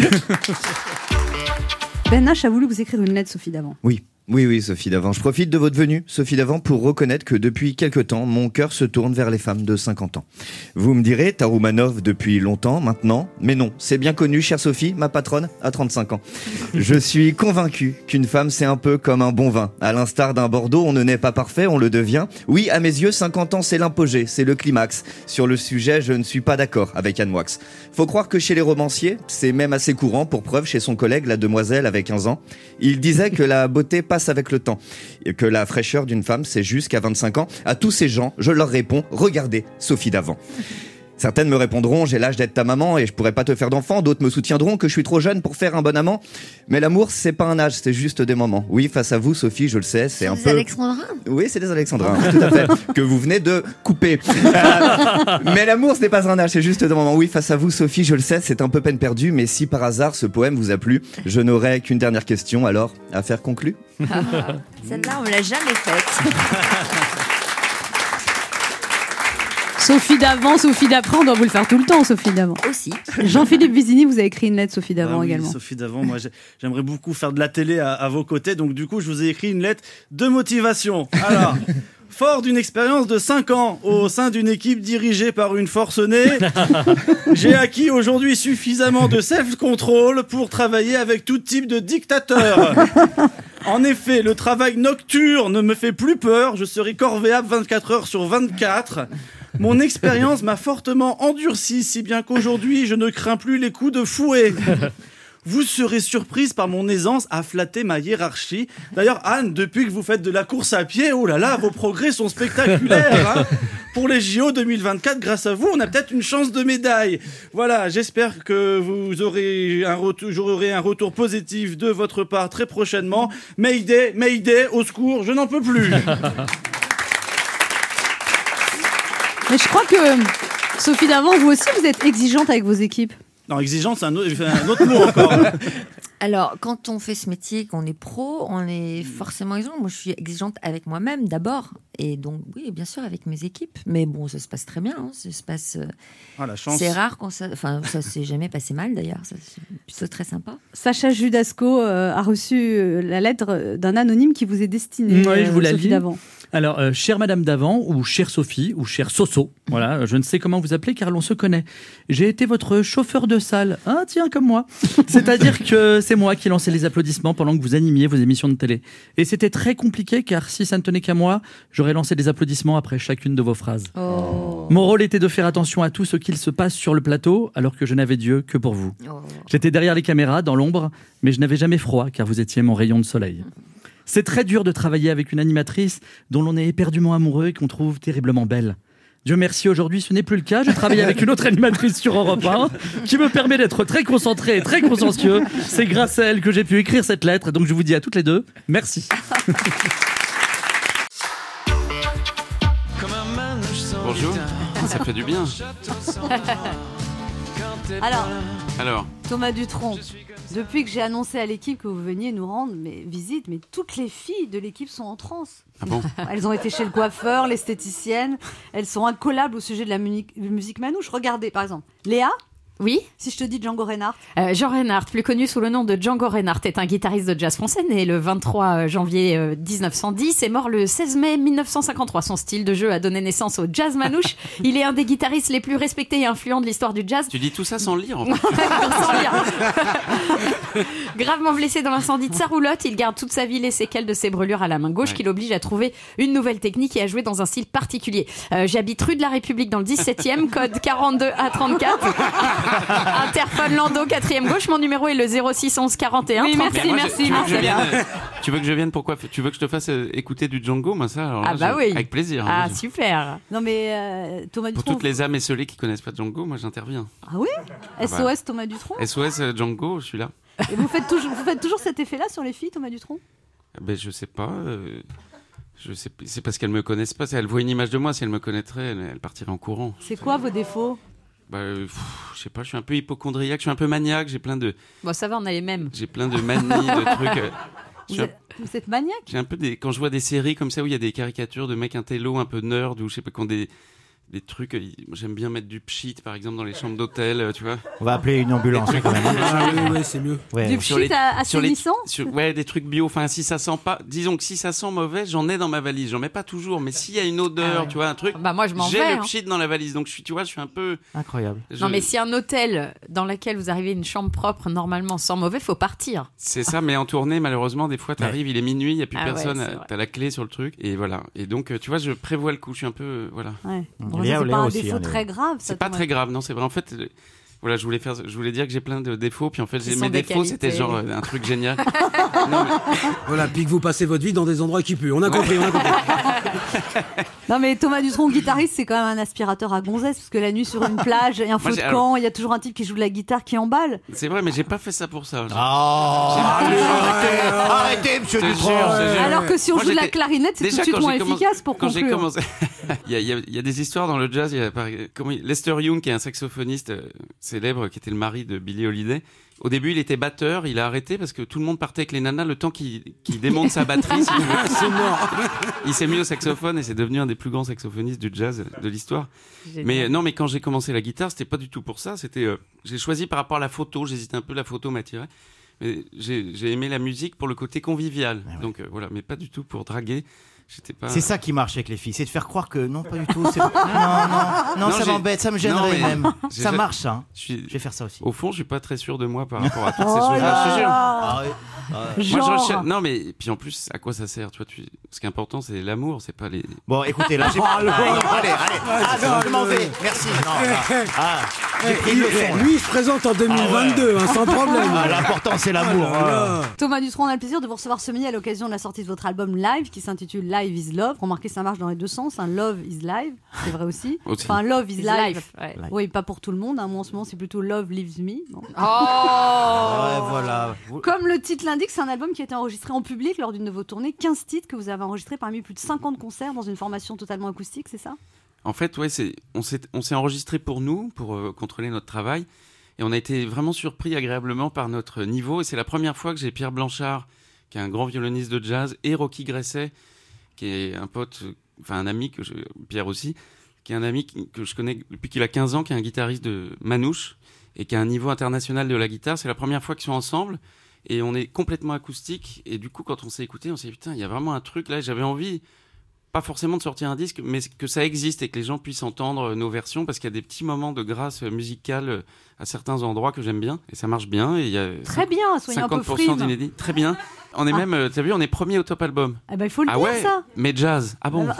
Ben H a voulu vous écrire une lettre, Sophie Davant. Oui. Oui, oui, Sophie Davant. Je profite de votre venue, Sophie Davant, pour reconnaître que depuis quelque temps, mon cœur se tourne vers les femmes de cinquante ans. Vous me direz, Taroumanov depuis longtemps, maintenant. Mais non, c'est bien connu, chère Sophie, ma patronne, à trente-cinq ans. Je suis convaincu qu'une femme, c'est un peu comme un bon vin. À l'instar d'un Bordeaux, on ne naît pas parfait, on le devient. Oui, à mes yeux, cinquante ans, c'est l'apogée, c'est le climax. Sur le sujet, je ne suis pas d'accord avec Anne Wax. Faut croire que chez les romanciers, c'est même assez courant, pour preuve, chez son collègue, la demoiselle, avec quinze ans. Il disait que la beauté passe avec le temps et que la fraîcheur d'une femme c'est jusqu'à vingt-cinq ans. À tous ces gens je leur réponds, regardez Sophie Davant. Certaines me répondront, j'ai l'âge d'être ta maman et je pourrais pas te faire d'enfant. D'autres me soutiendront que je suis trop jeune pour faire un bon amant. Mais l'amour, c'est pas un âge, c'est juste des moments. Oui, face à vous, Sophie, je le sais, c'est, c'est un des peu... Alexandrins. Oui, c'est des Alexandrins, tout à fait, que vous venez de couper. Euh, mais l'amour, ce n'est pas un âge, c'est juste des moments. Oui, face à vous, Sophie, je le sais, c'est un peu peine perdue. Mais si par hasard ce poème vous a plu, je n'aurai qu'une dernière question, alors, affaire conclue. Ah, celle-là, on me l'a jamais faite. Sophie Davant, Sophie Davant, on doit vous le faire tout le temps, Sophie Davant. Aussi. Jean-Philippe Vizini, vous avez écrit une lettre, Sophie Davant, ah oui, également. Sophie Davant, moi j'aimerais beaucoup faire de la télé à, à vos côtés, donc du coup je vous ai écrit une lettre de motivation. Alors, fort d'une expérience de cinq ans au sein d'une équipe dirigée par une forcenée, j'ai acquis aujourd'hui suffisamment de self-control pour travailler avec tout type de dictateur. En effet, le travail nocturne me fait plus peur, je serai corvéable vingt-quatre heures sur vingt-quatre. Mon expérience m'a fortement endurci, si bien qu'aujourd'hui, je ne crains plus les coups de fouet. Vous serez surprise par mon aisance à flatter ma hiérarchie. D'ailleurs, Anne, depuis que vous faites de la course à pied, oh là là, vos progrès sont spectaculaires. Hein. Pour les J O deux mille vingt-quatre, grâce à vous, on a peut-être une chance de médaille. Voilà, j'espère que vous aurez un retour, j'aurai un retour positif de votre part très prochainement. Mayday, Mayday, au secours, je n'en peux plus. Mais je crois que Sophie Davant, vous aussi, vous êtes exigeante avec vos équipes? Non, exigeante, c'est un autre, un autre mot encore. Alors, quand on fait ce métier, qu'on est pro, on est forcément exigeant. Moi, je suis exigeante avec moi-même d'abord. Et donc, oui, bien sûr, avec mes équipes. Mais bon, ça se passe très bien. Hein. Ça se passe... Ah, la chance. C'est rare quand ça... Enfin, ça s'est jamais passé mal, d'ailleurs. Ça, c'est plutôt très sympa. Sacha Judasco euh, a reçu euh, la lettre d'un anonyme qui vous est destinée, Oui, je vous la Sophie lis. Davant. Alors, euh, chère Madame Davant, ou chère Sophie, ou chère Soso, voilà, euh, je ne sais comment vous appeler car l'on se connaît. J'ai été votre chauffeur de salle. Ah, tiens, comme moi. C'est-à-dire que c'est moi qui lançais les applaudissements pendant que vous animiez vos émissions de télé. Et c'était très compliqué car si ça ne tenait qu'à moi, j'aurais lancé des applaudissements après chacune de vos phrases. Oh. Mon rôle était de faire attention à tout ce qu'il se passe sur le plateau alors que je n'avais Dieu que pour vous. Oh. J'étais derrière les caméras, dans l'ombre, mais je n'avais jamais froid car vous étiez mon rayon de soleil. C'est très dur de travailler avec une animatrice dont l'on est éperdument amoureux et qu'on trouve terriblement belle. Dieu merci, aujourd'hui, ce n'est plus le cas. Je travaille avec une autre animatrice sur Europe un qui me permet d'être très concentré et très consciencieux. C'est grâce à elle que j'ai pu écrire cette lettre. Donc je vous dis à toutes les deux, merci. Bonjour, ça fait du bien. Alors, Alors, Thomas Dutronc, depuis que j'ai annoncé à l'équipe que vous veniez nous rendre mais, visite, mais toutes les filles de l'équipe sont en transe. Ah bon? Elles ont été chez le coiffeur, l'esthéticienne, elles sont incollables au sujet de la musique, musique manouche. Regardez, par exemple, Léa. Oui. Si je te dis Django Reinhardt. Euh, Jean Reinhardt, plus connu sous le nom de Django Reinhardt, est un guitariste de jazz français né le vingt-trois janvier dix-neuf cent dix et mort le seize mai mille neuf cent cinquante-trois. Son style de jeu a donné naissance au jazz manouche. Il est un des guitaristes les plus respectés et influents de l'histoire du jazz. tu dis tout ça sans lire en fait. Sans lire. Gravement blessé dans l'incendie de sa roulotte, il garde toute sa vie les séquelles de ses brûlures à la main gauche, ouais, qui l'oblige à trouver une nouvelle technique et à jouer dans un style particulier. Euh, j'habite rue de la République dans le dix-septième, code quarante-deux A trente-quatre. Interphone Lando, quatrième gauche. Mon numéro est le zéro six onze quarante et un. Oui, merci, moi, merci. Je, tu, veux que je merci. vienne, tu veux que je vienne pourquoi? Tu veux que je te fasse écouter du Django? Moi, ça, alors là, Ah bah je- oui. avec plaisir. Ah, Moi, je- super. Non mais euh, Thomas Pour Dutronc. toutes les âmes esselées qui connaissent pas Django, moi j'interviens. Ah oui. Ah S O S bah. Thomas Dutronc. S O S euh, Django, je suis là. Et vous faites toujours, vous faites toujours cet effet-là sur les filles, Thomas Dutronc? Ben je sais pas. euh, je sais, c'est parce qu'elles me connaissent pas. Si elles voient une image de moi, si elles me connaîtraient, elles, elles partiraient en courant. C'est quoi vos défauts? Bah, euh, pff, je sais pas. Je suis un peu hypochondriaque. Je suis un peu maniaque. J'ai plein de, Bon, ça va, on a les mêmes. j'ai plein de manies, de trucs. euh, je Vous suis un- êtes, vous êtes maniaque? J'ai un peu des. Quand je vois des séries comme ça où il y a des caricatures de mecs intello, un peu nerd, ou je sais pas, qui ont des des trucs. euh, J'aime bien mettre du pchit, par exemple, dans les chambres d'hôtel, euh, tu vois. On va appeler une ambulance Des quand trucs- même. Ah oui, oui, c'est mieux. Ouais. Du Sur les- pchit à- sur les- assainissant? sur- ouais, des trucs bio. Enfin, si ça sent pas, disons que si ça sent mauvais, j'en ai dans ma valise. J'en mets pas toujours, mais s'il y a une odeur, Ah ouais. tu vois, un truc. Bah moi, je m'en J'ai vais. le hein. pchit dans la valise, donc je suis, tu vois, je suis un peu. Incroyable. je- Non, mais si un hôtel dans lequel vous arrivez une chambre propre, normalement sans mauvais, faut partir. C'est ça, mais en tournée, malheureusement, des fois, t'arrives, il est minuit, il y a plus Ah ouais, personne, c'est euh, vrai. t'as la clé sur le truc, et voilà. Et donc, euh, tu vois, je prévois le coup. Je suis un peu, euh, voilà. Ouais. Bon, Léa, ça, c'est Léa pas un aussi, défaut hein, Léa. très grave. ça, C'est pas Thomas. très grave, non, c'est vrai. En fait, euh, voilà, je voulais faire, je voulais dire que j'ai plein de défauts, puis en fait, Qui j'ai sont mes des défauts, c'était qualités. genre euh, un truc génial. Non, mais- Voilà, puis que vous passez votre vie dans des endroits qui puent. On a compris, on a compris. Non mais Thomas Dutronc, guitariste, c'est quand même un aspirateur à gonzesse parce que la nuit sur une plage, il y a un feu Moi, de j'ai- camp, il y a toujours un type qui joue de la guitare qui emballe. c'est vrai, mais j'ai pas fait ça pour ça. Oh, arrêtez, arrêtez, monsieur Je te Dutronc. jure, je te jure. Alors que si on Moi, joue de la j'étais- clarinette, c'est tout de Déjà, suite quand moins j'ai commencé- efficace pour quand j'ai conclure. commencé, il y, a, il y a- il y a des histoires dans le jazz. Il y a, par- comment il- Lester Young, qui est un saxophoniste euh, célèbre, qui était le mari de Billie Holiday. Au début, il était batteur. Il a arrêté parce que tout le monde partait avec les nanas le temps qu'il qu'il démonte sa batterie. Si tu veux. C'est mort. Il s'est mis au saxophone et c'est devenu un des plus grands saxophonistes du jazz de l'histoire. Génial. Mais euh, non, mais quand j'ai commencé la guitare, c'était pas du tout pour ça. C'était, euh, j'ai choisi par rapport à la photo. J'hésitais un peu, la photo m'attirait. Mais j'ai j'ai aimé la musique pour le côté convivial. Ah ouais. Donc euh, voilà, mais pas du tout pour draguer. J'étais pas. C'est ça qui marche avec les filles, c'est de faire croire que non, pas du tout. c'est- Non, non, non, Non, ça j'ai- m'embête, ça me Non, gênerait mais même. j'ai Ça ja- marche, ça. hein. Je suis- Je vais faire ça aussi. Au fond, je suis pas très sûr de moi par rapport à toutes ces Oh choses-là. là Je te jure. là. ouais. Moi, Genre. je recherche- Non, mais puis en plus, à quoi ça sert, tu vois, tu... Ce qui est important, c'est l'amour, c'est pas les. Bon, écoutez, là, j'ai pas. Allez, allez. Ah non, je m'en vais. Merci. Non, ah, ah, j'ai pris une leçon. là. Lui, il se présente en deux mille vingt-deux, hein, sans problème. Ah, l'important, c'est l'amour. Voilà. ah. Thomas Dutronc, on a le plaisir de vous recevoir ce midi à l'occasion de la sortie de votre album live qui s'intitule Live is Love. Remarquez, ça marche dans les deux sens. Un Love is live, c'est vrai aussi. Aussi. Enfin, Love is Is live. life, ouais. Oui, pas pour tout le monde. hein. Moi, en ce moment, c'est plutôt Love Lives Me. Bon. Oh Ouais, voilà. Vous- Comme le titre l'indique, c'est un album qui a été enregistré en public lors d'une de vos tournées. quinze titres que vous avez enregistrés parmi plus de cinquante concerts dans une formation totalement acoustique, c'est ça? En fait, ouais, c'est, on, s'est, on s'est enregistré pour nous, pour euh, contrôler notre travail. Et on a été vraiment surpris agréablement par notre niveau. Et c'est la première fois que j'ai Pierre Blanchard, qui est un grand violoniste de jazz, et Rocky Gresset, qui est un pote, enfin un ami, que je, Pierre aussi, qui est un ami que je connais depuis qu'il a quinze ans, qui est un guitariste de Manouche, et qui a un niveau international de la guitare. C'est la première fois qu'ils sont ensemble. Et on est complètement acoustique. Et du coup, quand on s'est écouté, on s'est dit, putain, il y a vraiment un truc là. J'avais envie... pas forcément de sortir un disque, mais que ça existe et que les gens puissent entendre nos versions, parce qu'il y a des petits moments de grâce musicale à certains endroits que j'aime bien, et ça marche bien. Et il y a très bien, soyez un peu frime. D'inédits. Très bien. On est ah. même, tu as vu, on est premier au top album. Ah bah il faut le ah dire ouais, ça. Mais jazz. Ah bon.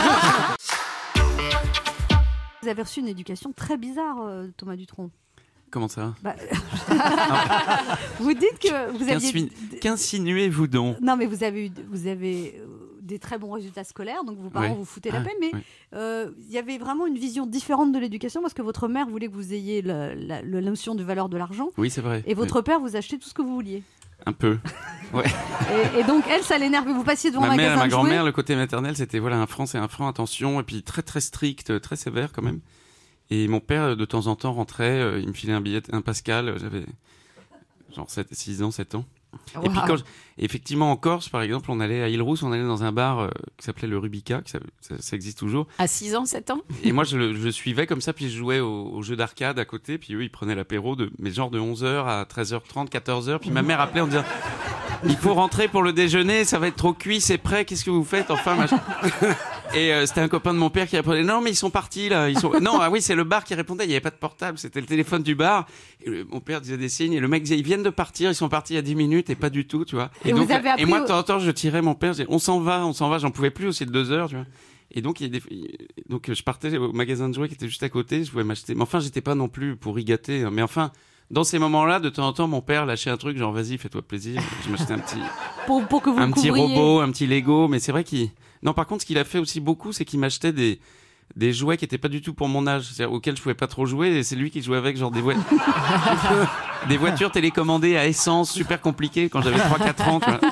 Vous avez reçu une éducation très bizarre, euh, Thomas Dutronc. Comment ça bah... Vous dites que vous aviez... Qu'insinuez- Qu'insinuez-vous donc? Non, mais vous avez eu, vous avez des très bons résultats scolaires, donc vos parents ouais. vous foutaient la ah, paix, mais il ouais. euh, y avait vraiment une vision différente de l'éducation, parce que votre mère voulait que vous ayez la, la, la notion de valeur de l'argent. Oui, c'est vrai. Et votre oui. père vous achetait tout ce que vous vouliez. Un peu. Ouais. Et, et donc, elle, ça l'énerve. Vous passiez devant ma un mère magasin et ma de grand-mère, jouets. le côté maternel, c'était voilà, un franc, c'est un franc, attention, et puis très très strict, très sévère quand même. Et mon père, de temps en temps, rentrait, euh, il me filait un billet, un Pascal, euh, j'avais genre sept, six ans, sept ans. Wow. Et puis quand je... effectivement en Corse, par exemple, on allait à Île-Rousse, on allait dans un bar euh, qui s'appelait le Rubica, qui ça, ça, ça existe toujours. À six ans, sept ans. Et moi, je le, je le suivais comme ça, puis je jouais au, au jeu d'arcade à côté, puis eux, ils prenaient l'apéro de, mais genre de onze heures à treize heures trente, quatorze heures, puis ma mère appelait en disant il faut rentrer pour le déjeuner, ça va être trop cuit, c'est prêt, qu'est-ce que vous faites enfin machin. Et euh, c'était un copain de mon père qui répondait non mais ils sont partis là, ils sont non ah oui c'est le bar qui répondait, il y avait pas de portable, c'était le téléphone du bar. Et le, mon père disait des signes et le mec disait ils viennent de partir, ils sont partis il y a dix minutes et pas du tout, tu vois. Et, et donc vous avez appris et moi de au... temps en temps je tirais mon père, je disais on s'en va, on s'en va, j'en pouvais plus aussi de deux heures, tu vois. Et donc, il y a des... donc je partais au magasin de jouets qui était juste à côté, je pouvais m'acheter. Mais enfin, j'étais pas non plus pour y gâter. Hein. Mais enfin, dans ces moments-là, de temps en temps, mon père lâchait un truc, genre vas-y, fais-toi plaisir. Je m'achetais un petit, pour, pour que vous un petit couvriez. robot, un petit Lego. Mais c'est vrai qu'il. Non, par contre, ce qu'il a fait aussi beaucoup, c'est qu'il m'achetait des des jouets qui étaient pas du tout pour mon âge, c'est-à-dire auxquels je pouvais pas trop jouer. Et c'est lui qui jouait avec, genre des, vo... des voitures télécommandées à essence, super compliquées quand j'avais trois quatre ans. Tu vois.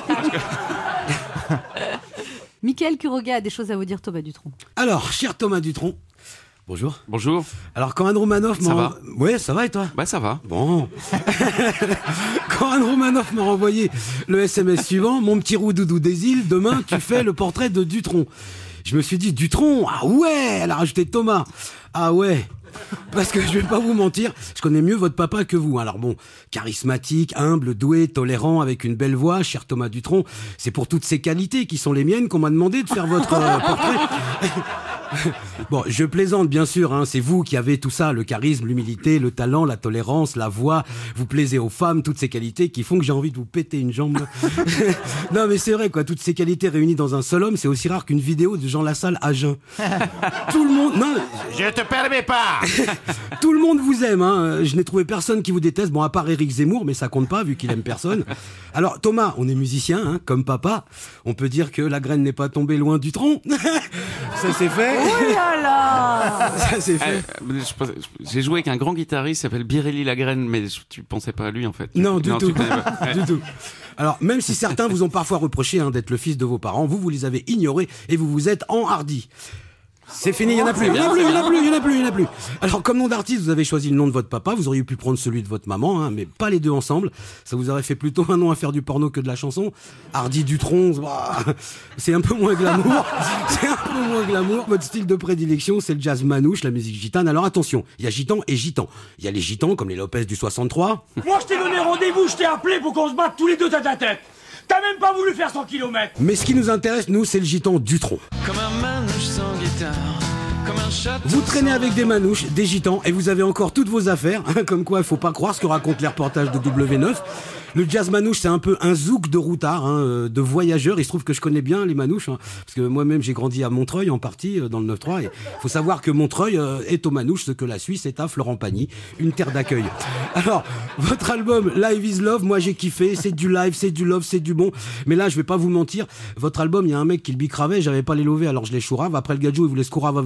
Mickaël Quiroga a des choses à vous dire, Thomas Dutronc. Alors, cher Thomas Dutronc, bonjour. Bonjour. Alors, quand Anne Romanoff m'a... Ça va ? Ouais, ça va et toi ? Bah, ça va. Bon. Quand Anne Romanoff m'a renvoyé le S M S suivant, mon petit roux-doudou des îles, demain, tu fais le portrait de Dutronc. Je me suis dit, Dutronc, ah ouais, elle a rajouté Thomas. Ah ouais. Parce que je vais pas vous mentir, je connais mieux votre papa que vous. Alors bon, charismatique, humble, doué, tolérant, avec une belle voix, cher Thomas Dutronc, c'est pour toutes ces qualités qui sont les miennes qu'on m'a demandé de faire votre euh, portrait. Bon, je plaisante bien sûr, hein, c'est vous qui avez tout ça, le charisme, l'humilité, le talent, la tolérance, la voix, vous plaisez aux femmes, toutes ces qualités qui font que j'ai envie de vous péter une jambe. Non mais c'est vrai quoi, toutes ces qualités réunies dans un seul homme, c'est aussi rare qu'une vidéo de Jean Lassalle à jeun. Tout le monde... Non, je te permets pas. Tout le monde vous aime, hein. Je n'ai trouvé personne qui vous déteste, bon à part Éric Zemmour, mais ça compte pas vu qu'il aime personne. Alors Thomas, on est musicien, hein, comme papa, on peut dire que la graine n'est pas tombée loin du tronc. Ça c'est fait. Oh là là. Ça c'est fait. Euh, je, j'ai joué avec un grand guitariste qui s'appelle Birelli Lagraine, mais je, tu pensais pas à lui en fait. Non, du non, tout. Ouais. Du tout. Alors, même si certains vous ont parfois reproché hein, d'être le fils de vos parents, vous, vous les avez ignorés et vous vous êtes enhardis. C'est fini, il n'y en a plus, il n'y en a plus, il n'y en a plus, il n'y en a plus, il n'y en a plus. Alors, comme nom d'artiste, vous avez choisi le nom de votre papa, vous auriez pu prendre celui de votre maman, hein, mais pas les deux ensemble. Ça vous aurait fait plutôt un nom à faire du porno que de la chanson. Hardy Dutronc, bah, c'est un peu moins glamour. C'est un peu moins glamour. Votre style de prédilection, c'est le jazz manouche, la musique gitane. Alors attention, il y a gitan et gitan. Il y a les gitans, comme les Lopez du soixante-trois. Moi, je t'ai donné rendez-vous, je t'ai appelé pour qu'on se batte tous les deux tête à tête. T'as même pas voulu faire cent kilomètres. Mais ce qui nous intéresse, nous, c'est le gitan Dutronc. Comme un manouche sans guitare, comme un chat. Vous traînez avec des manouches, des gitans, et vous avez encore toutes vos affaires. Hein, comme quoi, il faut pas croire ce que racontent les reportages de W neuf. Le jazz manouche, c'est un peu un zouk de routard, hein, de voyageurs. Il se trouve que je connais bien les manouches, hein, parce que moi-même, j'ai grandi à Montreuil, en partie, dans le neuf trois. Il faut savoir que Montreuil euh, est aux manouches ce que la Suisse est à Florent-Pagny, une terre d'accueil. Alors, votre album Live is Love, moi j'ai kiffé. C'est du live, c'est du love, c'est du bon. Mais là, je vais pas vous mentir. Votre album, il y a un mec qui le bicravait, j'avais pas les lovés, alors je les chourave. Après, le gadjou, il voulait se courave avec moi pour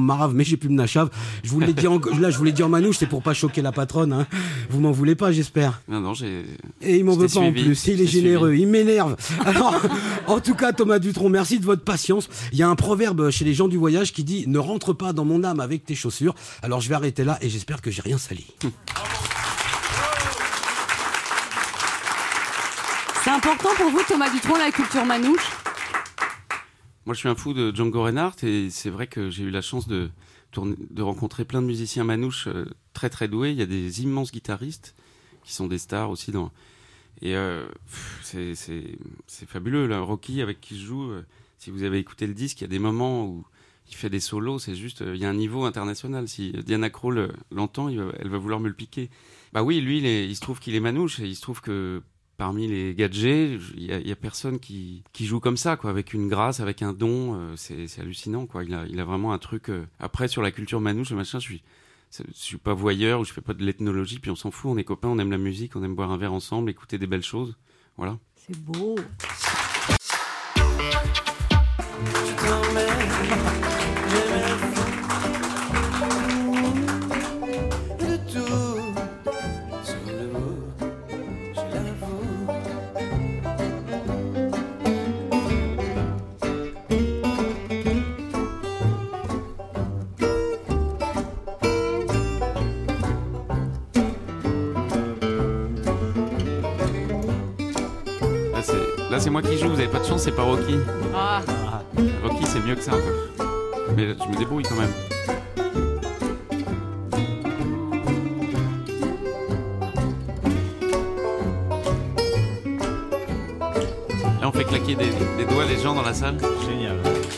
me marave, mais j'ai plus de nachave. Je vous l'ai dit en, là, je vous l'ai dit en manouche, c'est pour pas choquer la patronne. Hein. Vous m'en voulez pas, j'espère. Non, non, j'ai. Et il m'en veut pas suivi. en plus. Il est généreux, il m'énerve. Alors, en tout cas, Thomas Dutronc, merci de votre patience. Il y a un proverbe chez les gens du voyage qui dit « Ne rentre pas dans mon âme avec tes chaussures ». Alors, je vais arrêter là et j'espère que j'ai rien sali. C'est important pour vous, Thomas Dutronc, la culture manouche? Moi, je suis un fou de Django Reinhardt et c'est vrai que j'ai eu la chance de, tourner, de rencontrer plein de musiciens manouches euh, très très doués. Il y a des immenses guitaristes qui sont des stars aussi dans. Et euh, c'est, c'est, c'est fabuleux, là. Rocky, avec qui je joue, euh, si vous avez écouté le disque, il y a des moments où il fait des solos, c'est juste, euh, il y a un niveau international. Si Diana Krall euh, l'entend, il va, elle va vouloir me le piquer. Bah oui, lui, il, est, il se trouve qu'il est manouche et il se trouve que parmi les gadgets, il y a, il y a personne qui, qui joue comme ça, quoi, avec une grâce, avec un don, euh, c'est, c'est hallucinant, quoi. Il a, il a vraiment un truc. Euh... Après, sur la culture manouche, machin, je suis. Je suis pas voyeur ou je fais pas de l'ethnologie, puis on s'en fout, on est copains, on aime la musique, on aime boire un verre ensemble, écouter des belles choses. Voilà. C'est beau. Là, c'est moi qui joue, vous avez pas de chance, c'est pas Rocky. Ah. Rocky, c'est mieux que ça un peu. Mais je me débrouille quand même. Là, on fait claquer des, des doigts les gens dans la salle. Génial.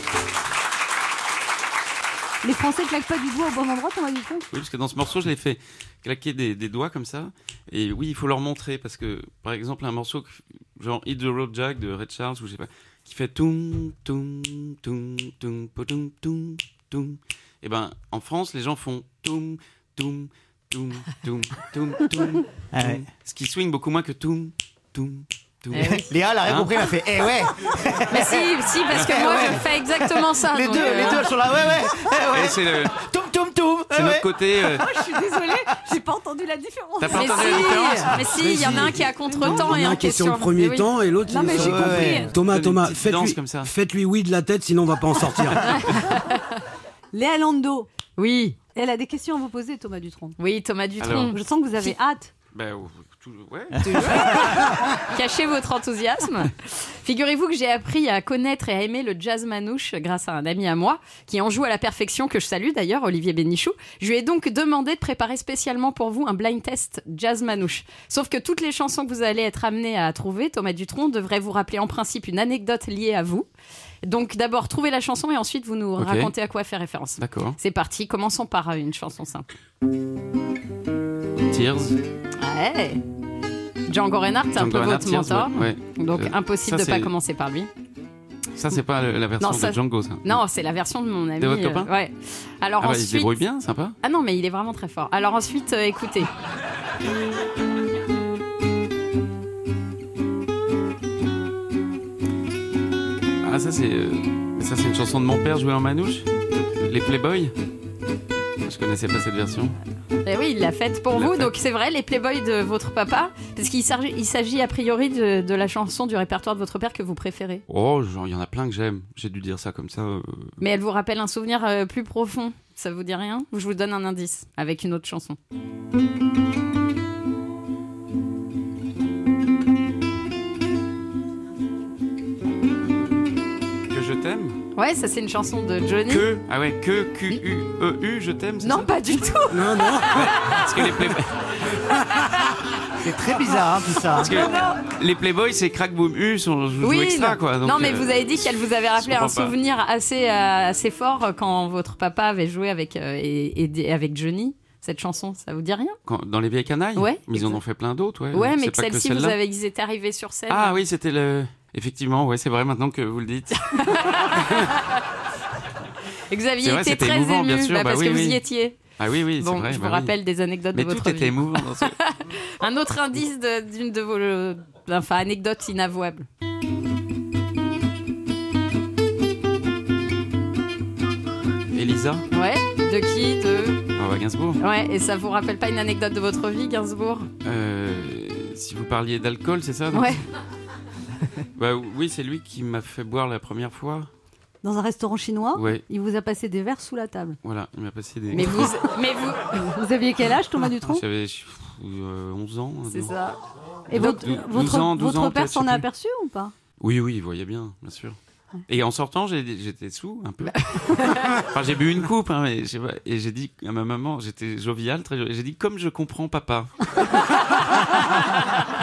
Les Français claquent pas du doigt au bon endroit, Thomas Dutronc? Oui, parce que dans ce morceau, je l'ai fait claquer des, des doigts comme ça. Et oui, il faut leur montrer, parce que, par exemple, un morceau genre Hit the Road Jack de Ray Charles, ou je sais pas, qui fait toum, toum, toum, toum, toum, toum, toum. Et ben, en France, les gens font toum, toum, toum, toum, toum, toum, Ah ouais. ce qui swing beaucoup moins que toum, toum. Eh oui. Léa, elle a rien compris, elle a fait eh ouais. Mais si, si, parce que moi, je fais exactement ça. Les donc, deux, euh... les deux sont là, ouais, ouais. Eh ouais. Et c'est le. Toum, toum, toum. C'est notre côté. euh, Oh, je suis désolée, j'ai pas entendu la différence. T'as pas Mais entendu si, la différence? mais si, il y en a un qui est à contre-temps Il et y en a un un qui est sur le sur premier Mais oui. temps et l'autre. Non, mais j'ai Ouais, compris. ouais. Thomas, Une Thomas, petite danse faites-lui, comme ça. faites-lui oui de la tête, sinon on va pas en sortir. Léa Lando, Oui, elle a des questions à vous poser, Thomas Dutronc. oui, Thomas Dutronc. Alors. Je sens que vous avez hâte. Bah, tout, ouais. Cachez votre enthousiasme. Figurez-vous que j'ai appris à connaître et à aimer le jazz manouche grâce à un ami à moi qui en joue à la perfection, que je salue d'ailleurs, Olivier Bénichou. Je lui ai donc demandé de préparer spécialement pour vous un blind test jazz manouche. Sauf que toutes les chansons que vous allez être amenés à trouver, Thomas Dutronc devrait vous rappeler en principe une anecdote liée à vous. Donc d'abord, trouvez la chanson et ensuite vous nous Ok. racontez à quoi elle fait référence. D'accord. C'est parti, commençons par euh, une chanson simple. Tears. Ouais. Django Reinhardt, c'est un Django peu Reinhardt, votre Tears, mentor. ouais, ouais. Donc Euh, impossible ça, de pas c'est- commencer par lui. Ça, c'est pas la version Non, ça- de Django, ça. Non, c'est la version de mon ami. De votre euh, copain ouais. Alors Ah bah, il se ensuite. débrouille bien, sympa. Ah non, mais il est vraiment très fort. Alors ensuite, euh, écoutez. Ah, ça, c'est euh, ça, c'est une chanson de mon père jouée en manouche. Les Playboys. Je connaissais pas cette version. Eh oui, il l'a faite pour Il l'a vous. faite. Donc c'est vrai, les Playboys de votre papa, parce qu'il s'agit, il s'agit a priori de, de la chanson du répertoire de votre père que vous préférez. Oh, genre, il y en a plein que j'aime. J'ai dû dire ça comme ça. euh, Mais elle vous rappelle un souvenir euh, plus profond. Ça vous dit rien? Ou je vous donne un indice avec une autre chanson. Que je t'aime. Ouais, ça c'est une chanson de Johnny. Que, ah ouais, que Q U E U, je t'aime. c'est Non, ça pas du tout. Non, non. Parce que les Playboys. C'est très bizarre, hein, tout ça. Parce que les Playboys, c'est Crack Boom U, sont je joue Oui, extra, non. quoi. Donc, non, mais euh, vous avez dit qu'elle vous avait rappelé je un comprends pas. souvenir assez, euh, assez fort quand votre papa avait joué avec, euh, et, et- avec Johnny. Cette chanson, ça vous dit rien? quand- dans les vieilles canailles. Ouais, Mais ils en ont fait plein d'autres, ouais. Ouais, mais C'est que pas celle-ci, celle-là. vous avez, ils étaient arrivés sur scène. Ah oui, c'était le. Effectivement, ouais, c'est vrai maintenant que vous le dites. Et que vous aviez C'est vrai, été c'était très émouvant, ému bien sûr, bah, bah parce oui, que vous oui. y étiez. Ah oui, oui, c'est Bon, vrai. je bah vous oui. rappelle des anecdotes Mais de votre tout vie. était émouvant dans ce. Un autre indice de- d'une de, vos, euh, enfin, anecdote inavouable. Et Elisa. Ouais, de qui De... Ah bah Gainsbourg. Ouais, et ça vous rappelle pas une anecdote de votre vie, Gainsbourg? Euh, si vous parliez d'alcool, c'est ça? Ouais. Bah oui, c'est lui qui m'a fait boire la première fois. Dans un restaurant chinois, ouais. Il vous a passé des verres sous la table. Voilà, il m'a passé des... Mais vous, mais vous, vous aviez quel âge, Thomas Dutronc? J'avais euh, onze ans. C'est non. ça. Et votre, douze votre, ans, douze votre ans, père s'en a aperçu ou pas? Oui, oui, il voyait bien, bien sûr. Et en sortant, j'ai, j'étais sous un peu. Enfin, j'ai bu une coupe, hein, mais j'ai, et j'ai dit à ma maman, j'étais jovial, très jovial, j'ai dit comme je comprends papa.